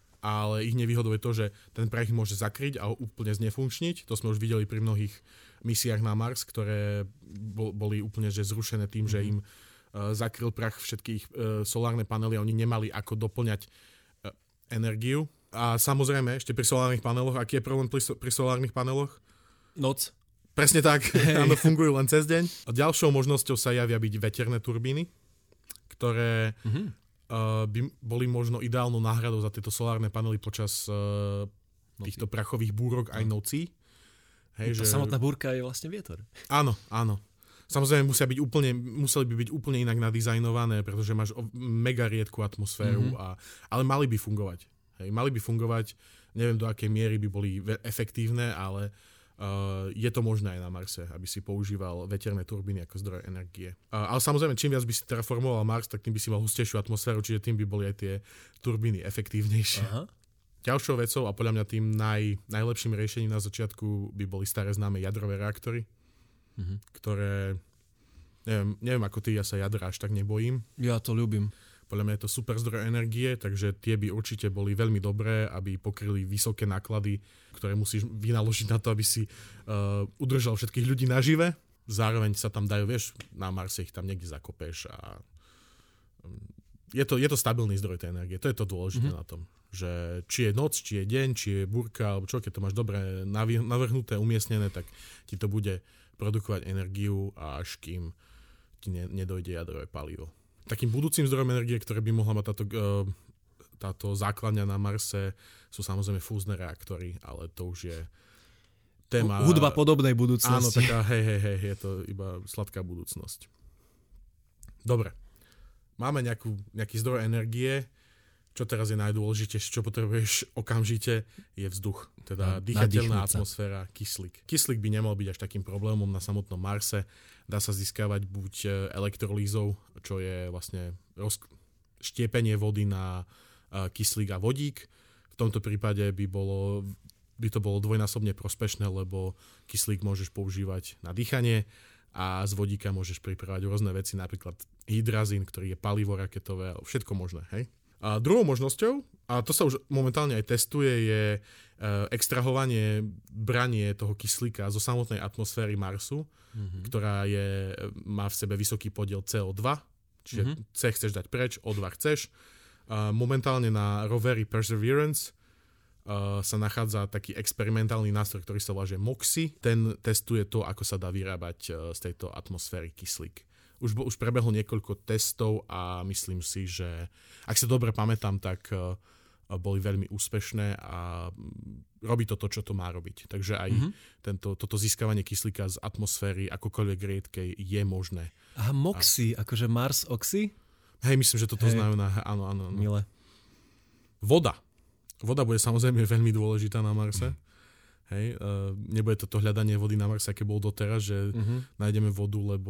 ale ich nevýhodou je to, že ten prach môže zakryť a úplne znefunkčniť. To sme už videli pri mnohých misiách na Mars, ktoré bol, boli úplne že zrušené tým, mm-hmm. že im uh, zakryl prach všetkých uh, solárne panely a oni nemali ako doplňať uh, energiu. A samozrejme, ešte pri solárnych paneloch, aký je problém pri, pri solárnych paneloch? Noc. Presne tak, áno, fungujú len cez deň. A ďalšou možnosťou sa javia byť veterné turbíny, ktoré mm-hmm. uh, by boli možno ideálnou náhradou za tieto solárne panely počas uh, týchto prachových búrok aj nocí. Hej, že... Samotná búrka je vlastne vietor. Áno, áno. Samozrejme musia byť úplne, museli by byť úplne inak nadizajnované, pretože máš mega riedku atmosféru, mm-hmm. a, ale mali by fungovať. Hej, mali by fungovať, neviem do akej miery by boli efektívne, ale Uh, je to možné aj na Marse, aby si používal veterné turbíny ako zdroj energie. Uh, ale samozrejme, čím viac by si terraformoval Mars, tak tým by si mal hustejšiu atmosféru, čiže tým by boli aj tie turbíny efektívnejšie. Aha. Ďalšou vecou a podľa mňa tým naj, najlepším riešením na začiatku by boli staré známe jadrové reaktory, mhm. ktoré, neviem, neviem ako ty, ja sa jadra až tak nebojím. Ja to ľúbim. Podľa mňa je to super zdroj energie, takže tie by určite boli veľmi dobré, aby pokryli vysoké náklady, ktoré musíš vynaložiť na to, aby si uh, udržal všetkých ľudí nažive. Zároveň sa tam dajú, vieš, na Marse ich tam niekde zakopeš a um, je to, je to stabilný zdroj tej energie. To je to dôležité mm-hmm. na tom. Že či je noc, či je deň, či je búrka, alebo čo, keď to máš dobre navrhnuté, umiestnené, tak ti to bude produkovať energiu, až kým ti ne, nedojde jadrové palivo. Takým budúcim zdrojom energie, ktoré by mohla mať táto, uh, táto základňa na Marse, sú samozrejme fúzne reaktory, ale to už je téma... Hudba podobnej budúcnosti. Áno, taká hej, hej, hej, je to iba sladká budúcnosť. Dobre. Máme nejakú, nejaký zdroj energie. Čo teraz je najdôležitejšie, čo potrebuješ okamžite, je vzduch. Teda dýchateľná atmosféra, kyslík. Kyslík by nemal byť až takým problémom na samotnom Marse. Dá sa získavať buď elektrolízou, čo je vlastne roz... štiepenie vody na kyslík a vodík. V tomto prípade by, bolo, by to bolo dvojnásobne prospešné, lebo kyslík môžeš používať na dýchanie a z vodíka môžeš pripravať rôzne veci, napríklad hydrazín, ktorý je palivo raketové, všetko možné, hej? A druhou možnosťou, a to sa už momentálne aj testuje, je e, extrahovanie, branie toho kyslíka zo samotnej atmosféry Marsu, mm-hmm. ktorá je, má v sebe vysoký podiel cé ó dva, čiže mm-hmm. C chceš dať preč, ó dva chceš. A momentálne na roveri Perseverance a, sa nachádza taký experimentálny nástroj, ktorý sa volá že MOXIE. Ten testuje to, ako sa dá vyrábať z tejto atmosféry kyslík. Už, už prebehlo niekoľko testov a myslím si, že ak sa dobre pamätám, tak uh, boli veľmi úspešné a robí to to, čo to má robiť. Takže aj mm-hmm. tento, toto získavanie kyslíka z atmosféry akokoľvek riedkej je možné. Aha, MOXIE, a... akože Mars Oxy? Hej, myslím, že toto hey. znamená, áno, áno. áno. Milé. Voda. Voda bude samozrejme veľmi dôležitá na Marse. Mm. Hej, uh, nebude toto hľadanie vody na Marse, aké bol doteraz, že mm-hmm. nájdeme vodu, lebo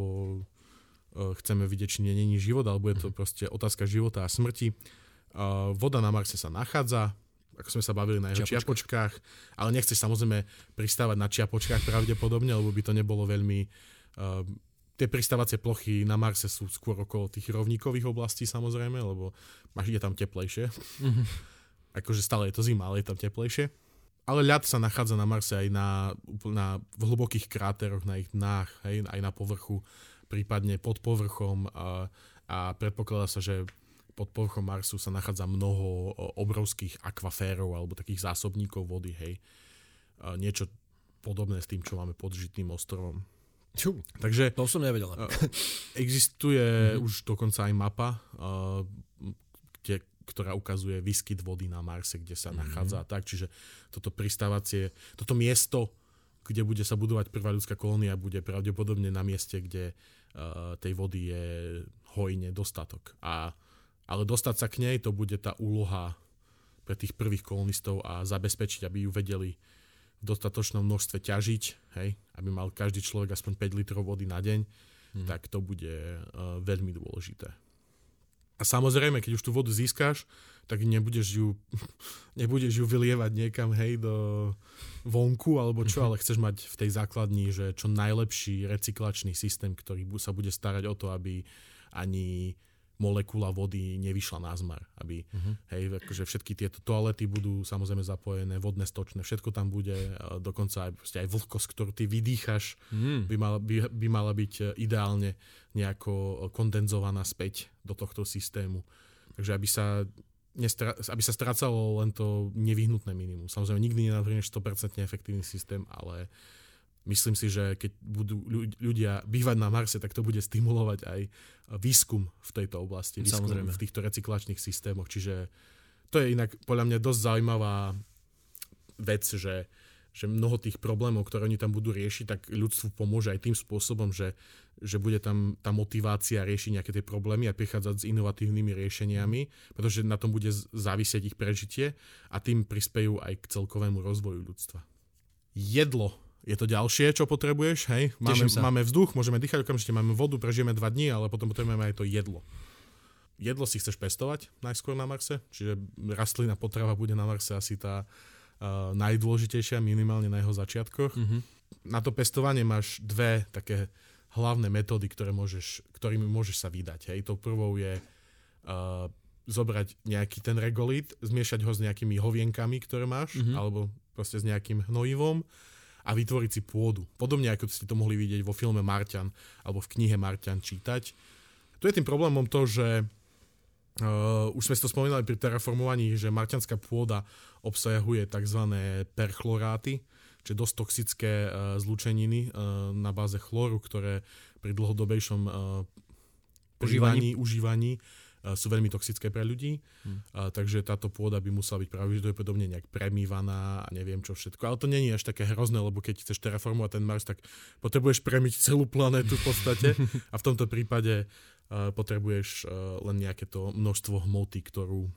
chceme vidieť, či nie je život, alebo je to proste otázka života a smrti. Uh, voda na Marse sa nachádza, ako sme sa bavili na jeho čiapočkách, ale nechceš samozrejme pristávať na čiapočkách pravdepodobne, lebo by to nebolo veľmi... Uh, tie pristávacie plochy na Marse sú skôr okolo tých rovníkových oblastí samozrejme, lebo máš, je tam teplejšie. Mm-hmm. Akože stále je to zima, ale je tam teplejšie. Ale ľad sa nachádza na Marse aj na, na v hlbokých kráteroch, na ich dnách, hej, aj na povrchu, prípadne pod povrchom a, a predpokladá sa, že pod povrchom Marsu sa nachádza mnoho obrovských akvaférov alebo takých zásobníkov vody, hej. A niečo podobné s tým, čo máme pod Žitným ostrovom. Ču, Takže to som nevedel. Existuje mm-hmm. už dokonca aj mapa, uh, kde, ktorá ukazuje výskyt vody na Marse, kde sa mm-hmm. nachádza tak, čiže toto pristávacie, toto miesto, kde bude sa budovať prvá ľudská kolónia, bude pravdepodobne na mieste, kde uh, tej vody je hojne dostatok. A, ale dostať sa k nej, to bude tá úloha pre tých prvých kolonistov a zabezpečiť, aby ju vedeli v dostatočnom množstve ťažiť, hej, aby mal každý človek aspoň päť litrov vody na deň, hmm. tak to bude uh, veľmi dôležité. A samozrejme, keď už tú vodu získáš, tak nebudeš ju, nebudeš ju vylievať niekam, hej, do vonku alebo čo, ale chceš mať v tej základni, že čo najlepší recyklačný systém, ktorý sa bude starať o to, aby ani molekula vody nevyšla na zmar. Aby, uh-huh. hej, akože všetky tieto toalety budú samozrejme zapojené, vodné stočné, všetko tam bude, dokonca aj, aj vlhkosť, ktorú ty vydýchaš, mm. by, mala, by, by mala byť ideálne nejako kondenzovaná späť do tohto systému. Takže aby sa, nestra, aby sa strácalo len to nevyhnutné minimum. Samozrejme, nikdy nenavrhneš sto percent efektívny systém, ale myslím si, že keď budú ľudia bývať na Marse, tak to bude stimulovať aj výskum v tejto oblasti, výskum Samozrejme. v týchto recyklačných systémoch. Čiže to je inak podľa mňa dosť zaujímavá vec, že, že mnoho tých problémov, ktoré oni tam budú riešiť, tak ľudstvu pomôže aj tým spôsobom, že, že bude tam tá motivácia riešiť nejaké tie problémy a prichádzať s inovatívnymi riešeniami, pretože na tom bude závisieť ich prežitie a tým prispejú aj k celkovému rozvoju ľudstva. Jedlo je to ďalšie, čo potrebuješ, hej? Máme, máme vzduch, môžeme dýchať okamžite, máme vodu, prežijeme dva dní, ale potom potrebujeme aj to jedlo. Jedlo si chceš pestovať najskôr na Marse, čiže rastlina potrava bude na Marse asi tá uh, najdôležitejšia, minimálne na jeho začiatkoch. Mm-hmm. Na to pestovanie máš dve také hlavné metódy, ktoré môžeš, ktorými môžeš sa vydať. Hej? Tou prvou je uh, zobrať nejaký ten regolít, zmiešať ho s nejakými hovienkami, ktoré máš, mm-hmm. alebo proste s nejakým hnojivom a vytvoriť si pôdu. Podobne ako ste to mohli vidieť vo filme Marťan alebo v knihe Marťan čítať. Tu je tým problémom to, že uh, už sme si to spomínali pri terraformovaní, že marťanská pôda obsahuje tzv. Perchloráty, čiže dosť toxické uh, zlúčeniny uh, na báze chlóru, ktoré pri dlhodobejšom uh, užívaní, užívaní sú veľmi toxické pre ľudí, hmm. a, takže táto pôda by musela byť pravdepodobne nejak premývaná a neviem čo všetko. Ale to nie je až také hrozné, lebo keď chceš terraformovať ten Mars, tak potrebuješ premyť celú planétu v podstate a v tomto prípade a, potrebuješ a, len nejaké to množstvo hmoty, ktorú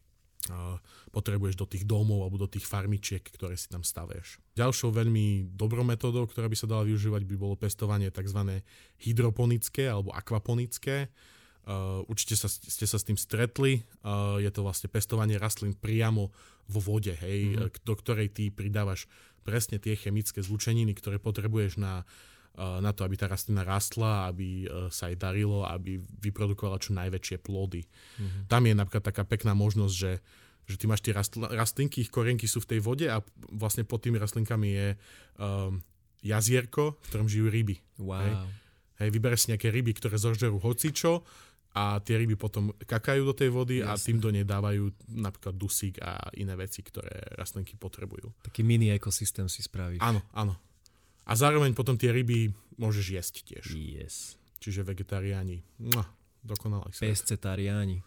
a, potrebuješ do tých domov alebo do tých farmičiek, ktoré si tam stavieš. Ďalšou veľmi dobrou metódou, ktorá by sa dala využívať, by bolo pestovanie tzv. Hydroponické alebo akvaponické. Uh, určite sa, ste sa s tým stretli. Uh, je to vlastne pestovanie rastlín priamo vo vode, hej, mm-hmm. do ktorej ty pridávaš presne tie chemické zlúčeniny, ktoré potrebuješ na, uh, na to, aby tá rastlina rastla, aby uh, sa jej darilo, aby vyprodukovala čo najväčšie plody. Mm-hmm. Tam je napríklad taká pekná možnosť, že, že ty máš tie rastl- rastlinky, ich korienky sú v tej vode a vlastne pod tými rastlinkami je um, jazierko, v ktorom žijú ryby. Wow. Hej, hej vybereš si nejaké ryby, ktoré zožerú hocičo, a tie ryby potom kakajú do tej vody. Jasne. A tým do nej dávajú napríklad dusík a iné veci, ktoré rastlinky potrebujú. Taký mini ekosystém si spravíš. Áno, áno. A zároveň potom tie ryby môžeš jesť tiež. Yes. Čiže vegetariáni. Mua, dokonalý svet. Pescetariáni.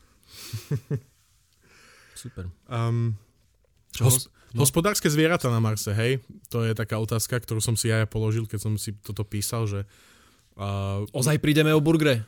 Super. Um, hos- no? Hospodárske zvieratá na Marse, hej? To je taká otázka, ktorú som si ja položil, keď som si toto písal, že... Uh, Ozaj prídeme o burgere?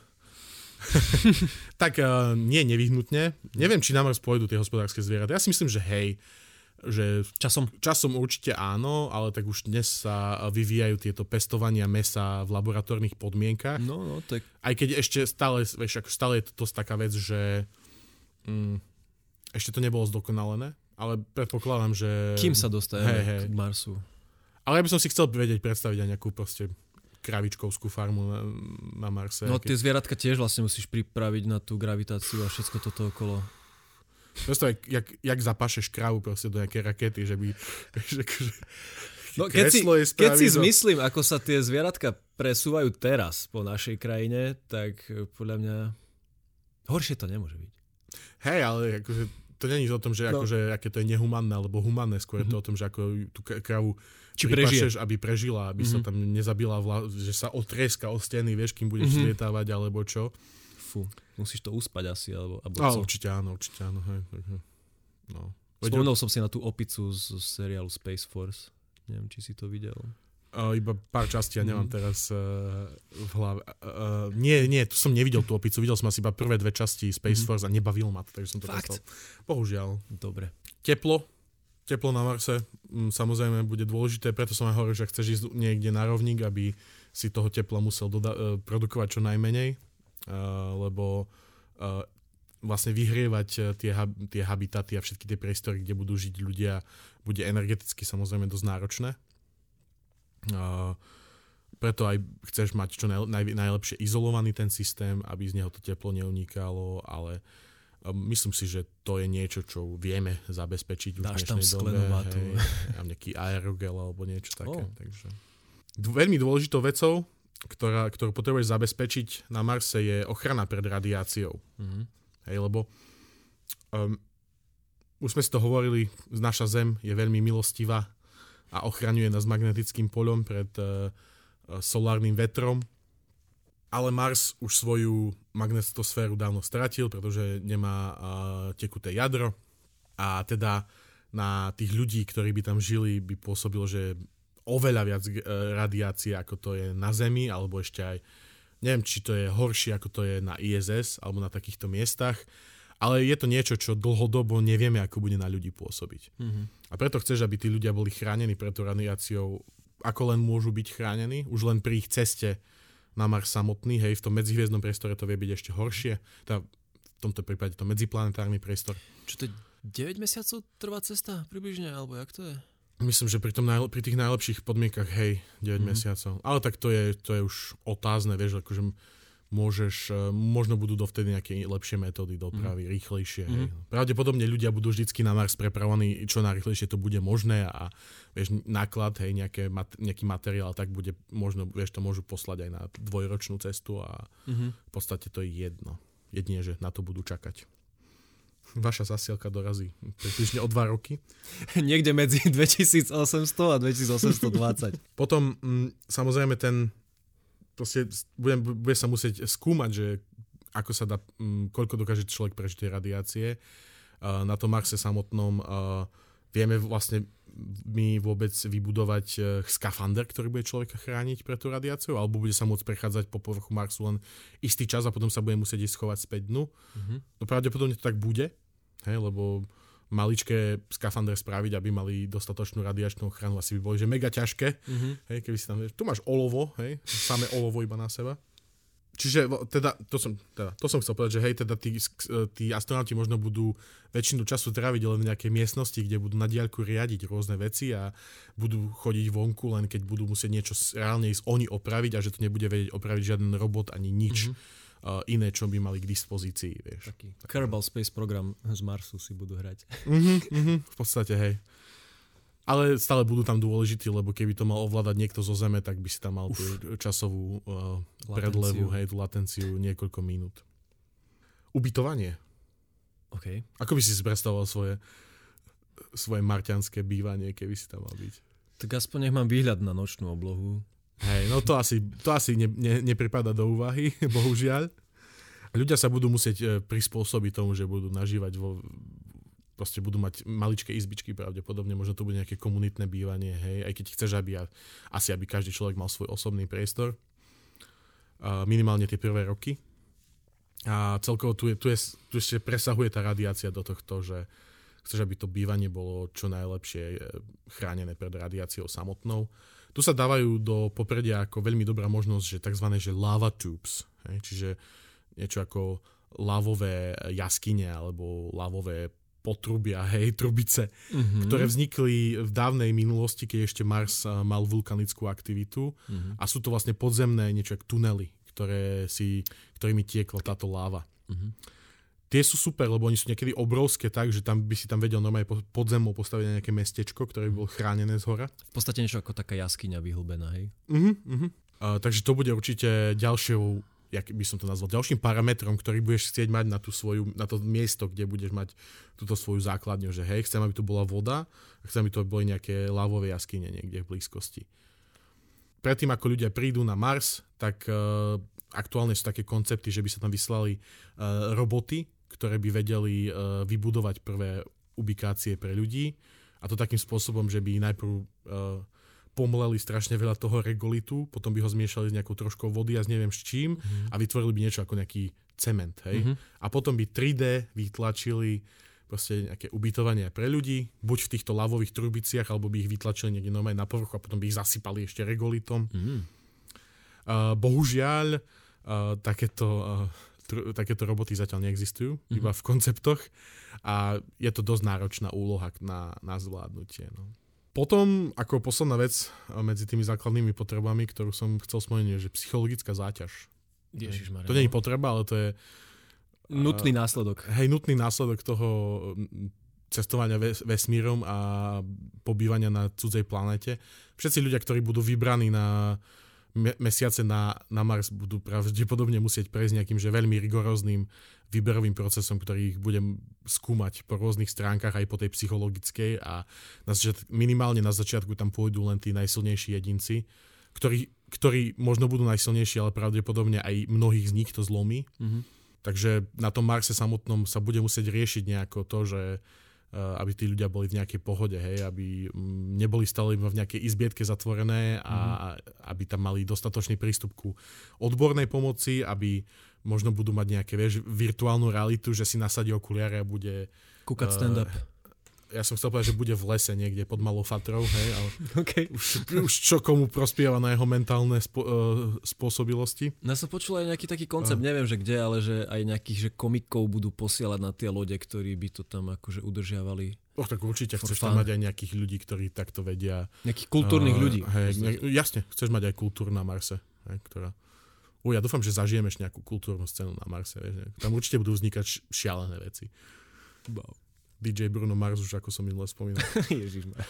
Tak uh, nie nevyhnutne. Neviem, či na Mars pôjdu tie hospodárske zvieratá. Ja si myslím, že hej, že časom. časom určite áno, ale tak už dnes sa vyvíjajú tieto pestovania mäsa v laboratórnych podmienkach. No, no, tak... Aj keď ešte stále, vieš, ako stále je to dosť taká vec, že mm, ešte to nebolo zdokonalené, ale predpokladám, že... Kým sa dostajeme hej, hej. k Marsu? Ale ja by som si chcel vedieť predstaviť aj nejakú proste kravičkovskú farmu na, na Marse. No tie zvieratka tiež vlastne musíš pripraviť na tú gravitáciu a všetko toto okolo. Prosto, jak, jak, jak zapášeš kravu proste do nejakej rakety, že by... Že, že, no, keď si, keď si zmyslím, ako sa tie zvieratka presúvajú teraz po našej krajine, tak podľa mňa horšie to nemôže byť. Hej, ale akože, to nie je o tom, že no. akože, aké to je nehumanné alebo humanné, skôr mm-hmm. je to o tom, že ako tú kravu či pripášeš, aby prežila, aby mm-hmm. sa tam nezabila, vla, že sa otrieska o steny, vieš, kým budeš mm-hmm. slietávať, alebo čo. Fú, musíš to uspať asi, alebo, alebo no, určite áno, určite áno. Hej, hej. No. Spomínal som si na tú opicu z, z seriálu Space Force. Neviem, či si to videl. Uh, iba pár častí, ja nemám mm. teraz uh, v hlave. Uh, nie, nie, tu som nevidel tú opicu, videl som asi iba prvé dve časti Space mm. Force a nebavil ma to, takže som to prestal. Bohužiaľ. Dobre. Teplo. Teplo na Marse m, samozrejme bude dôležité, preto som aj hovoril, že chceš ísť niekde na rovník, aby si toho tepla musel doda- uh, produkovať čo najmenej, uh, lebo uh, vlastne vyhrievať uh, tie, hab- tie habitaty a všetky tie priestory, kde budú žiť ľudia, bude energeticky samozrejme dosť náročné. Uh, preto aj chceš mať čo naj- naj- najlepšie izolovaný ten systém, aby z neho to teplo neunikalo, ale myslím si, že to je niečo, čo vieme zabezpečiť už v dnešnej dobe. Hej, nejaký aerogel alebo niečo také. Oh. Takže. Veľmi dôležitou vecou, ktorá, ktorú potrebuješ zabezpečiť na Marse, je ochrana pred radiáciou. Mm-hmm. Hej, lebo um, už sme si to hovorili, naša Zem je veľmi milostivá a ochraňuje nás magnetickým poľom pred uh, solárnym vetrom. Ale Mars už svoju magnetosféru dávno stratil, pretože nemá uh, tekuté jadro a teda na tých ľudí, ktorí by tam žili, by pôsobilo, že oveľa viac uh, radiácie, ako to je na Zemi, alebo ešte aj, neviem, či to je horšie, ako to je na í es es, alebo na takýchto miestach, ale je to niečo, čo dlhodobo nevieme, ako bude na ľudí pôsobiť. Mm-hmm. A preto chceš, aby tí ľudia boli chránení pred tou radiáciou, ako len môžu byť chránení, už len pri ich ceste na Mars samotný, hej, v tom medzihviezdnom priestore to vie byť ešte horšie. Tá, v tomto prípade to medziplanetárny priestor. Čo to je deväť mesiacov trvá cesta približne, alebo jak to je? Myslím, že pri, tom najle- pri tých najlepších podmienkach, hej, deväť mm-hmm. mesiacov. Ale tak to je, to je už otázne, vieš, akože môžeš, možno budú dovtedy nejaké lepšie metódy dopravy, mm-hmm. rýchlejšie. Hej. Mm-hmm. Pravdepodobne ľudia budú vždycky na Mars prepravovaní, čo najrýchlejšie to bude možné a vieš, náklad, hej, nejaké, mat, nejaký materiál, tak bude možno, vieš, to môžu poslať aj na dvojročnú cestu a mm-hmm. v podstate to je jedno. Jedine, že na to budú čakať. Vaša zasielka dorazí približne o dva roky. Niekde medzi dvetisícosemsto a dvetisícosemstodvadsať. Potom, m, samozrejme, ten proste bude, bude sa musieť skúmať, že ako sa dá, m, koľko dokáže človek prežiť tej radiácie. Uh, na tom Marse samotnom uh, vieme vlastne my vôbec vybudovať uh, skafander, ktorý bude človeka chrániť pred tú radiáciou, alebo bude sa môcť prechádzať po povrchu Marsu len istý čas a potom sa bude musieť ísť schovať späť dnu. Mm-hmm. No pravdepodobne to tak bude, hej, lebo maličké skafandre spraviť, aby mali dostatočnú radiačnú ochranu, asi by boli, že mega ťažké. Mm-hmm. Hej, keby si tam, tu máš olovo, hej, samé olovo iba na seba. Čiže teda, to som, teda, to som chcel povedať, že hej, teda tí, tí astronauti možno budú väčšinu času tráviť len v nejakej miestnosti, kde budú na diaľku riadiť rôzne veci a budú chodiť vonku, len keď budú musieť niečo reálne ísť oni opraviť a že to nebude vedieť opraviť žiaden robot ani nič. Mm-hmm. Uh, iné, čo by mali k dispozícii, vieš. Taký Kerbal Space Program z Marsu si budú hrať. Uh-huh, uh-huh, v podstate, hej. Ale stále budú tam dôležití, lebo keby to mal ovládať niekto zo Zeme, tak by si tam mal Uf. tú časovú uh, predlevu, hej, tú latenciu niekoľko minút. Ubytovanie. Okay. Ako by si si predstavoval svoje, svoje marťanské bývanie, keby si tam mal byť? Tak aspoň nech mám výhľad na nočnú oblohu. Hej, no to asi, to asi ne, ne, nepripada do úvahy, bohužiaľ. Ľudia sa budú musieť prispôsobiť tomu, že budú nažívať vo... Proste budú mať maličké izbičky pravdepodobne, možno to bude nejaké komunitné bývanie, hej, aj keď chceš, aby asi aby každý človek mal svoj osobný priestor. Uh, minimálne tie prvé roky. A celkovo tu, je, tu, je, tu ešte presahuje tá radiácia do tohto, že chceš, aby to bývanie bolo čo najlepšie chránené pred radiáciou samotnou. Tu sa dávajú do popredia ako veľmi dobrá možnosť, že tzv. Že lava tubes, hej? Čiže niečo ako lavové jaskyne alebo lavové potrubia, hej, trubice, mm-hmm. ktoré vznikli v dávnej minulosti, keď ešte Mars mal vulkanickú aktivitu mm-hmm. a sú to vlastne podzemné niečo ako tunely, ktoré si, ktorými tiekla táto láva. Mm-hmm. Tie sú super, lebo oni sú niekedy obrovské tak, že tam by si tam vedel normálne pod zemou postaviť nejaké mestečko, ktoré by bolo chránené zhora. V podstate niečo ako taká jaskyňa vyhlbená, hej? Uh-huh, uh-huh. Uh, takže to bude určite ďalšou, jak by som to nazval, ďalším parametrom, ktorý budeš chcieť mať na, tú svoju, na to miesto, kde budeš mať túto svoju základňu, že hej, chcem, aby tu bola voda a chcem, aby to boli nejaké lávové jaskyne niekde v blízkosti. Predtým, ako ľudia prídu na Mars, tak uh, aktuálne sú také koncepty, že by sa tam vyslali uh, roboty, ktoré by vedeli uh, vybudovať prvé ubikácie pre ľudí a to takým spôsobom, že by najprv uh, pomleli strašne veľa toho regolitu, potom by ho zmiešali s nejakou troškou vody a s neviem s čím mm-hmm. a vytvorili by niečo ako nejaký cement, hej. Mm-hmm. A potom by tri dé vytlačili proste nejaké ubytovanie pre ľudí, buď v týchto lavových trubiciach, alebo by ich vytlačili niekde normálne na povrchu a potom by ich zasypali ešte regolitom. Mm-hmm. Uh, bohužiaľ, uh, takéto... Uh, takéto roboty zatiaľ neexistujú, mm-hmm. iba v konceptoch a je to dosť náročná úloha na, na zvládnutie. No. Potom, ako posledná vec medzi tými základnými potrebami, ktorú som chcel spomenúť, je, že psychologická záťaž. Ježišmarja. To nie je potreba, ale to je... Nutný uh, následok. Hej, nutný následok toho cestovania ves- vesmírom a pobývania na cudzej planete. Všetci ľudia, ktorí budú vybraní na me- mesiace na, na Mars budú pravdepodobne musieť prejsť nejakým že veľmi rigoróznym výberovým procesom, ktorý ich budem skúmať po rôznych stránkach, aj po tej psychologickej a na začiat- minimálne na začiatku tam pôjdu len tí najsilnejší jedinci, ktorí, ktorí možno budú najsilnejší, ale pravdepodobne aj mnohých z nich to zlomí. Mm-hmm. Takže na tom Marse samotnom sa bude musieť riešiť nejako to, že aby tí ľudia boli v nejakej pohode, hej, aby neboli stále v nejakej izbietke zatvorené a mm. aby tam mali dostatočný prístup ku odbornej pomoci, aby možno budú mať nejaké, vieš, virtuálnu realitu, že si nasadí okuliare a bude... Kúkať stand-up. Uh, ja som chcel povedať, že bude v lese niekde pod Malou Fatrou, hej, ale okay. už, už čo komu prospieva na jeho mentálne spo, uh, spôsobilosti. Ja som počul aj nejaký taký koncept, uh. neviem, že kde, ale že aj nejakých že komikov budú posielať na tie lode, ktorí by to tam akože udržiavali. Oh, tak určite chceš tam mať aj nejakých ľudí, ktorí takto vedia. Nejakých kultúrnych uh, ľudí. Hej, ne, jasne, chceš mať aj kultúru na Marse, hej, ktorá... U, ja dúfam, že zažijeme nejakú kultúrnu scénu na Marse. Vieš, tam určite budú vznikať šialené veci. Wow. dý džej Bruno Mars, už ako som minule spomínal. Ježišmar.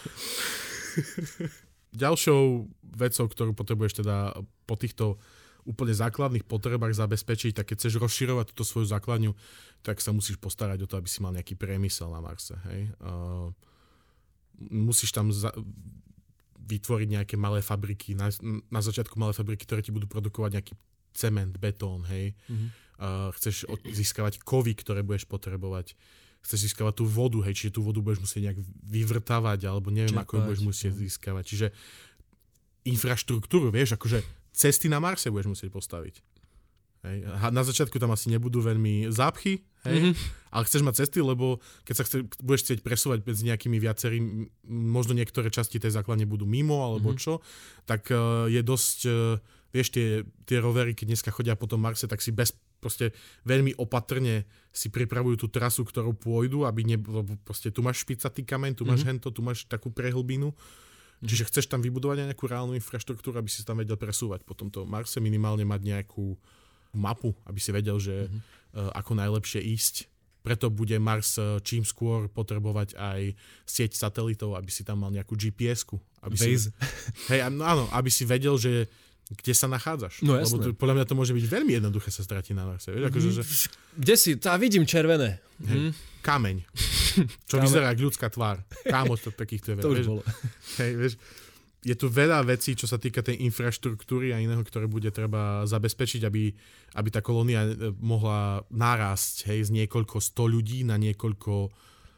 Ďalšou vecou, ktorú potrebuješ teda po týchto úplne základných potrebách zabezpečiť, tak keď chceš rozširovať túto svoju základňu, tak sa musíš postarať o to, aby si mal nejaký priemysel na Marse. Hej? Uh, musíš tam za- vytvoriť nejaké malé fabriky, na, na začiatku malé fabriky, ktoré ti budú produkovať nejaký cement, betón, hej. Mm-hmm. Uh, chceš získavať kovy, ktoré budeš potrebovať. Chceš získavať tú vodu, hej, čiže tú vodu budeš musieť nejak vyvrtávať, alebo neviem, Čerpať, ako ju budeš musieť no. získavať. Čiže infraštruktúru, vieš, akože cesty na Marse budeš musieť postaviť. Hej. Na začiatku tam asi nebudú veľmi zápchy, hej, mm-hmm. ale chceš mať cesty, lebo keď sa chce, budeš chcieť presúvať medzi nejakými viacerými, možno niektoré časti tej základne budú mimo, alebo mm-hmm. čo, tak uh, je dosť, uh, vieš, tie, tie rovery, keď dneska chodia po tom Marse, tak si bez proste veľmi opatrne si pripravujú tú trasu, ktorú pôjdu, aby ne, lebo proste tu máš špicatý kameň, tu máš mm-hmm. hento, tu máš takú prehlbinu. Mm-hmm. Čiže chceš tam vybudovať nejakú reálnu infraštruktúru, aby si tam vedel presúvať po tomto Marse, minimálne mať nejakú mapu, aby si vedel, že mm-hmm. uh, ako najlepšie ísť. Preto bude Mars uh, čím skôr potrebovať aj sieť satelitov, aby si tam mal nejakú gé pé esku. Aby si, hej, no áno, aby si vedel, že kde sa nachádzaš. No jasné. Lebo to, podľa mňa to môže byť veľmi jednoduché sa stratiť na Marse. Vieš, akože, že... Kde si? Tá vidím červené. Hej, hm. Kameň. Čo Kameň. Vyzerá ako ľudská tvár. Kámo, to takýchto je veľa. To už vieš, bolo. Hej, vieš, je tu veľa vecí, čo sa týka tej infraštruktúry a iného, ktoré bude treba zabezpečiť, aby, aby tá kolónia mohla narásť, hej, z niekoľko sto ľudí na niekoľko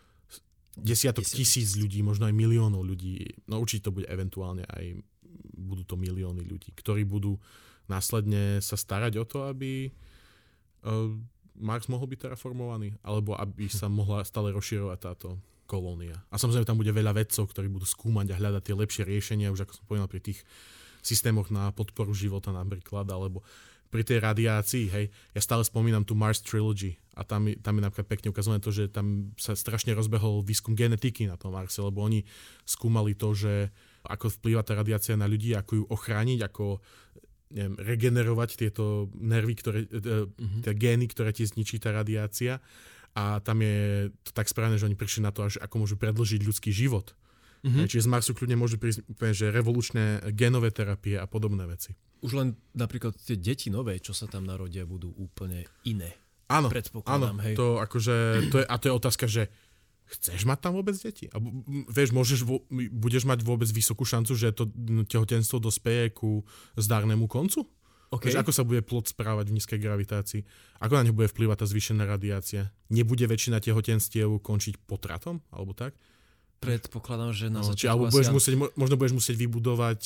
desiatok tisíc ľudí, možno aj miliónov ľudí. No určite to bude eventuálne aj budú to milióny ľudí, ktorí budú následne sa starať o to, aby uh, Mars mohol byť terraformovaný, alebo aby sa mohla stále rozširovať táto kolónia. A samozrejme tam bude veľa vedcov, ktorí budú skúmať a hľadať tie lepšie riešenia, už ako som povedal pri tých systémoch na podporu života napríklad, alebo pri tej radiácii, hej. Ja stále spomínam tú Mars Trilogy a tam, tam je napríklad pekne ukazované to, že tam sa strašne rozbehol výskum genetiky na tom Marse, lebo oni skúmali to, že ako vplýva tá radiácia na ľudí, ako ju ochrániť, ako neviem, regenerovať tieto nervy, ktoré, mm-hmm. tie gény, ktoré ti zničí tá radiácia. A tam je to tak správne, že oni prišli na to, až ako môžu predĺžiť ľudský život. Mm-hmm. Čiže z Marsu kľudne môžu prísť úplne, že revolučné génové terapie a podobné veci. Už len napríklad tie deti nové, čo sa tam narodia, budú úplne iné. Áno, predpokladám, áno, hej. To akože, to je, a to je otázka, že chceš mať tam vôbec deti? A vieš, môžeš, budeš mať vôbec vysokú šancu, že to tehotenstvo dospeje ku zdárnemu koncu? Okay. Vieš, ako sa bude plod správať v nízkej gravitácii? Ako na ňu bude vplývať tá zvýšená radiácia? Nebude väčšina tehotenstiev končiť potratom? Alebo tak? Predpokladám, že na no, začiatku... Či, alebo budeš musieť, možno budeš musieť vybudovať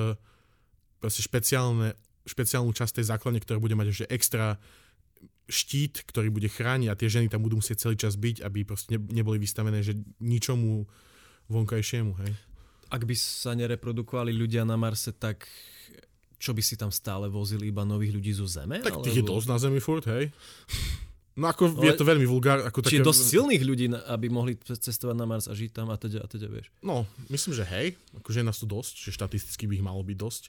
uh, špeciálne, špeciálnu časť tej základne, ktorá bude mať ešte extra štít, ktorý bude chrániť a tie ženy tam budú musieť celý čas byť, aby proste neboli vystavené že ničomu vonkajšiemu, hej. Ak by sa nereprodukovali ľudia na Marse, tak čo by si tam stále vozili iba nových ľudí zo Zeme? Tak alebo... tých je dosť na Zemi furt, hej. No ako no, je to veľmi vulgár. Ako čiže také... dosť silných ľudí, aby mohli cestovať na Mars a žiť tam a teda, a teda, vieš. No, myslím, že hej. Akože je nás tu dosť, že štatisticky by ich malo byť dosť.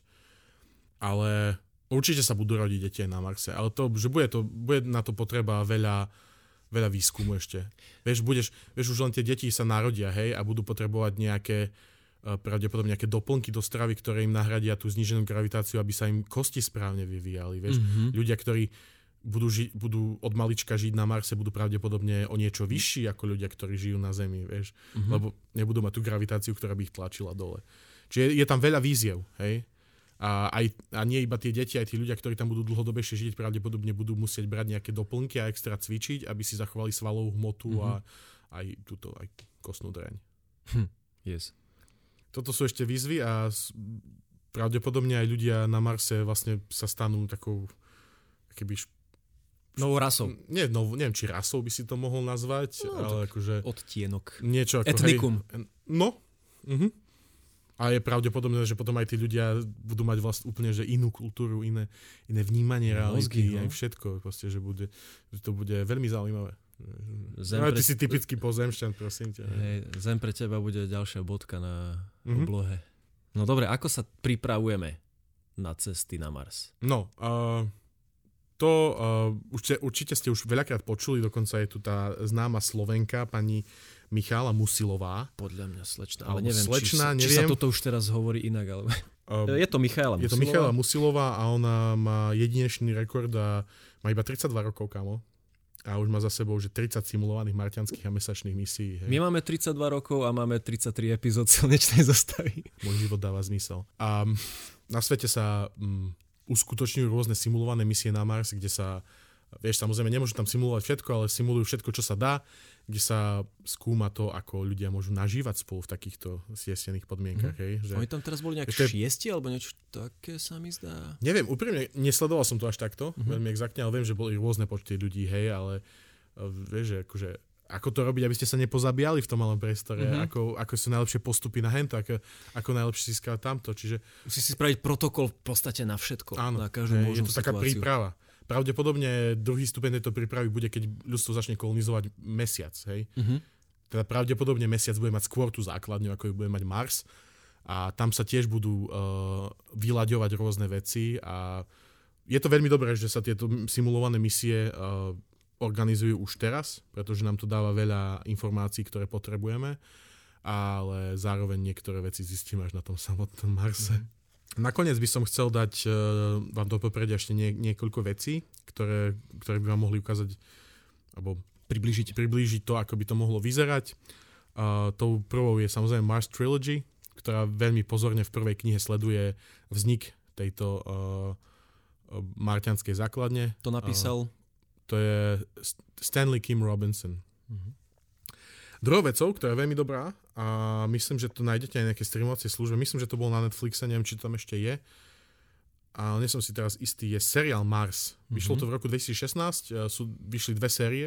Ale určite sa budú rodiť deti aj na Marse, ale to, že bude, to, bude na to potreba veľa, veľa výskumu ešte. Vieš, budeš, vieš, už len tie deti sa narodia, hej, a budú potrebovať nejaké pravdepodobne nejaké doplnky do stravy, ktoré im nahradia tú zníženú gravitáciu, aby sa im kosti správne vyvíjali. Vieš? Mm-hmm. Ľudia, ktorí budú, ži- budú od malička žiť na Marse, budú pravdepodobne o niečo vyšší ako ľudia, ktorí žijú na Zemi, vieš? Mm-hmm. Lebo nebudú mať tú gravitáciu, ktorá by ich tlačila dole. Čiže je tam veľa víziev, hej? A, aj, a nie iba tie deti, aj tí ľudia, ktorí tam budú dlhodobejšie žiť, pravdepodobne budú musieť brať nejaké doplnky a extra cvičiť, aby si zachovali svalovú hmotu mm-hmm. a aj túto, aj kostnú dreň. Hm. Yes. Toto sú ešte výzvy a pravdepodobne aj ľudia na Marse vlastne sa stanú takou keby šp... novou rasou. Nie, no, neviem, či rasou by si to mohol nazvať, no, ale akože... Odtienok. Niečo ako... Etnikum. Hej, no. Mhm. A je pravdepodobné, že potom aj tí ľudia budú mať vlastne úplne že inú kultúru, iné, iné vnímanie reality, no. Aj všetko. Proste, že, bude, že to bude veľmi zaujímavé. Zem pre... Ty si typický pozemšťan, prosím ťa. Hej, Zem pre teba bude ďalšia bodka na mm-hmm. oblohe. No dobre, ako sa pripravujeme na cesty na Mars? No, uh, to uh, určite, určite ste už veľakrát počuli, dokonca je tu tá známa Slovenka, pani Michála Musilová. Podľa mňa slečna, ale neviem, slečna, či, či sa toto už teraz hovorí inak, ale... Uh, je to Michála Musilová. Je to Michála Musilová a ona má jedinečný rekord a má iba tridsaťdva rokov, kamo. A už má za sebou že tridsať simulovaných marťanských a mesačných misií. Hej. My máme tridsaťdva rokov a máme tridsaťtri epizód slnečnej zostavy. Môj život dáva zmysel. A na svete sa um, uskutočňujú rôzne simulované misie na Mars, kde sa, vieš, samozrejme nemôžu tam simulovať všetko, ale simulujú všetko, čo sa dá, kde sa skúma to, ako ľudia môžu nažívať spolu v takýchto stiesnených podmienkach. Mm. Hej, že... Oni tam teraz boli nejak ešte... šiesti, alebo niečo také sa mi zdá. Neviem, úprimne, nesledoval som to až takto, mm-hmm. veľmi exaktne, ale viem, že boli rôzne počty ľudí, hej, ale vieš, že akože, ako to robiť, aby ste sa nepozabíjali v tom malom priestore, mm-hmm. ako, ako sú najlepšie postupy na hento, ako, ako najlepšie získať tamto, čiže... Musí si spraviť protokol v podstate na všetko, áno, na každú hej, možnú je to taká situáciu. príprava. Pravdepodobne druhý stupeň tejto prípravy bude, keď ľudstvo začne kolonizovať mesiac. Hej? Mm-hmm. Teda pravdepodobne mesiac bude mať skôr tú základňu, ako ju bude mať Mars. A tam sa tiež budú uh, vyľaďovať rôzne veci. A je to veľmi dobré, že sa tieto simulované misie uh, organizujú už teraz, pretože nám to dáva veľa informácií, ktoré potrebujeme. Ale zároveň niektoré veci zistíme až na tom samotnom Marse. Mm-hmm. Nakoniec by som chcel dať uh, vám do popredia ešte nie, niekoľko vecí, ktoré, ktoré by vám mohli ukázať alebo priblížiť. priblížiť to, ako by to mohlo vyzerať. Uh, tou prvou je samozrejme Mars Trilogy, ktorá veľmi pozorne v prvej knihe sleduje vznik tejto uh, marťanskej základne. To napísal? Uh, to je Stanley Kim Robinson. Uh-huh. Druhou vecou, ktorá je veľmi dobrá a myslím, že to nájdete aj nejaké streamovacie služby, myslím, že to bolo na Netflixe, neviem, či to tam ešte je, ale nie som si teraz istý, je seriál Mars. Vyšlo mm-hmm. to v roku dvetisícšestnásť, sú, vyšli dve série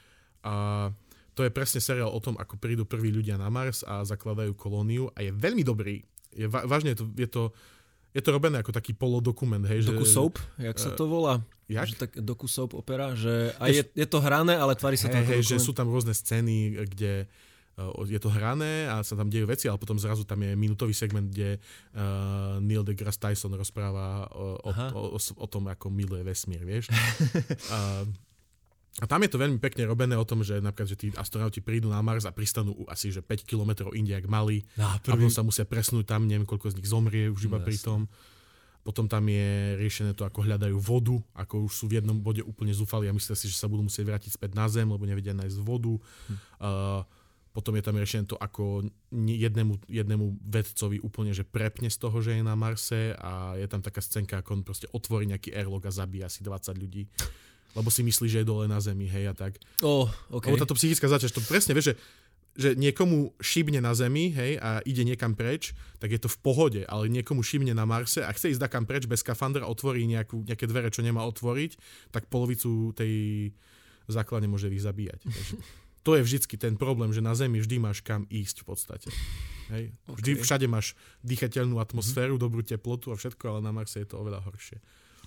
a to je presne seriál o tom, ako prídu prví ľudia na Mars a zakladajú kolóniu a je veľmi dobrý. Je, vážne je to, je to Je to robené ako taký polodokument, hej. Doku-soap, jak sa to volá? Jak? Že tak doku-soap opera, že aj je, je to hrané, ale tvári sa tam... Hej, hej, že sú tam rôzne scény, kde uh, je to hrané a sa tam dejú veci, ale potom zrazu tam je minútový segment, kde uh, Neil deGrasse Tyson rozpráva o, o, o, o, o tom, ako miluje vesmír, vieš. uh, A tam je to veľmi pekne robené o tom, že napríklad, že tí astronauti prídu na Mars a pristanú asi že päť kilometrov inde, jak mali. A potom sa musia presnúť tam, neviem, koľko z nich zomrie už iba no, pri tom. Potom tam je riešené to, ako hľadajú vodu, ako už sú v jednom bode úplne zúfali a myslia si, že sa budú musieť vrátiť späť na Zem, lebo nevedia nájsť vodu. Hm. Uh, potom je tam riešené to, ako jednému, jednému vedcovi úplne že prepne z toho, že je na Marse a je tam taká scénka, ako on proste otvorí nejaký airlock a zabíja asi dvadsať ľudí. Lebo si myslí, že je dole na Zemi, hej, a tak. Oh, okay. Lebo táto psychická záťaž, to presne, vieš, že, že niekomu šibne na Zemi, hej, a ide niekam preč, tak je to v pohode, ale niekomu šibne na Marse a chce ísť nakam preč bez skafandra, otvorí nejakú, nejaké dvere, čo nemá otvoriť, tak polovicu tej základne môže vyzabíjať. Takže to je vždycky ten problém, že na Zemi vždy máš kam ísť v podstate. Hej. Vždy okay. Všade máš dýchateľnú atmosféru, mm-hmm. dobrú teplotu a všetko, ale na Marse je to oveľa horšie.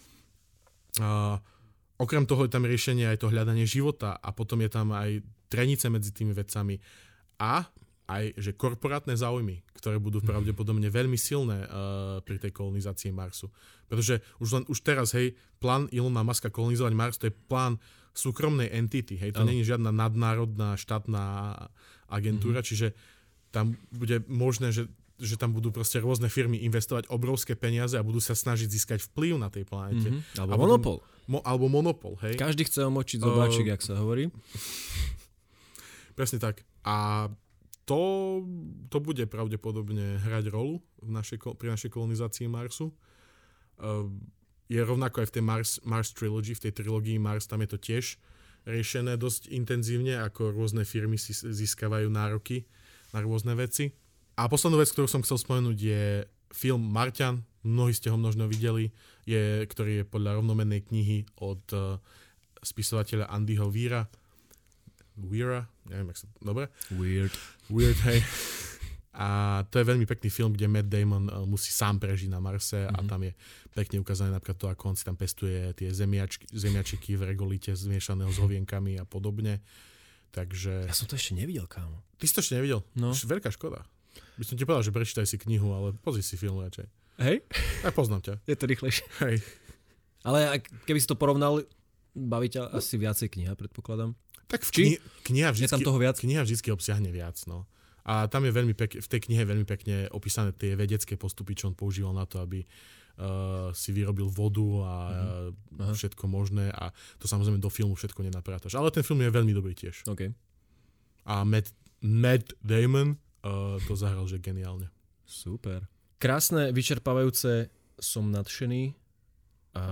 A okrem toho je tam riešenie aj to hľadanie života a potom je tam aj trenice medzi tými vecami a aj že korporátne záujmy, ktoré budú pravdepodobne veľmi silné uh, pri tej kolonizácii Marsu. Pretože už, len, už teraz, hej, plán Elona Muska kolonizovať Mars, to je plán súkromnej entity, hej, to nie je žiadna nadnárodná štátna agentúra, mm-hmm. čiže tam bude možné, že že tam budú proste rôzne firmy investovať obrovské peniaze a budú sa snažiť získať vplyv na tej planete. Mm-hmm. Alebo monopol. Mo, alebo monopol, hej. Každý chce omočiť zobáčik, uh, jak sa hovorí. Presne tak. A to, to bude pravdepodobne hrať rolu v našej, pri našej kolonizácii Marsu. Uh, je rovnako aj v tej Mars, Mars Trilogy, v tej trilógii Mars, tam je to tiež riešené dosť intenzívne, ako rôzne firmy si získavajú nároky na rôzne veci. A poslednú vec, ktorú som chcel spomenúť, je film Marťan. Mnohí ste ho možno videli, je, ktorý je podľa rovnomennej knihy od uh, spisovateľa Andyho Weira. Weira? Neviem, jak sa... Dobre? Weird. Weird, hej. A to je veľmi pekný film, kde Matt Damon uh, musí sám prežiť na Marse mm-hmm. a tam je pekne ukázané napríklad to, ako on si tam pestuje tie zemiačky, zemiačiky v regolite zmiešaného s hovienkami a podobne. Takže... Ja som to ešte nevidel, kámo. Ty si to ešte nevidel? No. Veľká škoda. By som ti povedal, že prečítaj si knihu, ale pozri si film radšej. Hej? Ja poznám ťa. Je to rýchlejšie. Hej. Ale keby si to porovnal, baví ťa asi viacej kniha, predpokladám. Tak v kni- kniha, vždycky, je tam toho viac? kniha vždycky obsiahne viac. No. A tam je veľmi pek- v tej knihe veľmi pekne opísané tie vedecké postupy, čo on používal na to, aby uh, si vyrobil vodu a uh-huh. všetko možné. A to samozrejme do filmu všetko nenaprátaš. Ale ten film je veľmi dobrý tiež. Okay. A Matt, Matt Damon Uh, to zahral, že geniálne. Super. Krásne, vyčerpávajúce, som nadšený. A...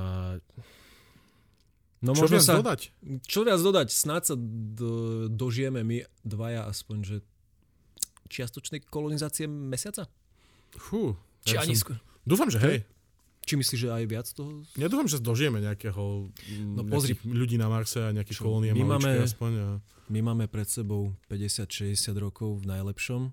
No čo viac sa... dodať? Čo viac dodať? Snáď sa do, dožijeme my dvaja aspoň, že čiastočnej kolonizácie mesiaca? Fú. Či ja ani som... skôr? Dúfam, že hej. Či myslíš, že aj viac toho? Ja dúfam, že dožijeme nejakého no, pozri, ľudí na Marse a nejaké kolónie maličké máme... aspoň. A... My máme pred sebou päťdesiat šesťdesiat rokov v najlepšom.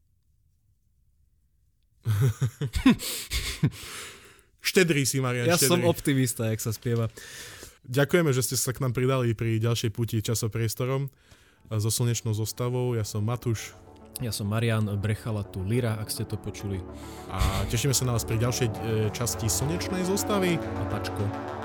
Štedrý si, Marian, ja štedrý. som optimista, jak sa spieva. Ďakujeme, že ste sa k nám pridali pri ďalšej puti časopriestorom so slnečnou zostavou. Ja som Matúš. Ja som Marian, brechala tu Lyra, ak ste to počuli. A tešíme sa na vás pri ďalšej časti slnečnej zostavy. A Pačko.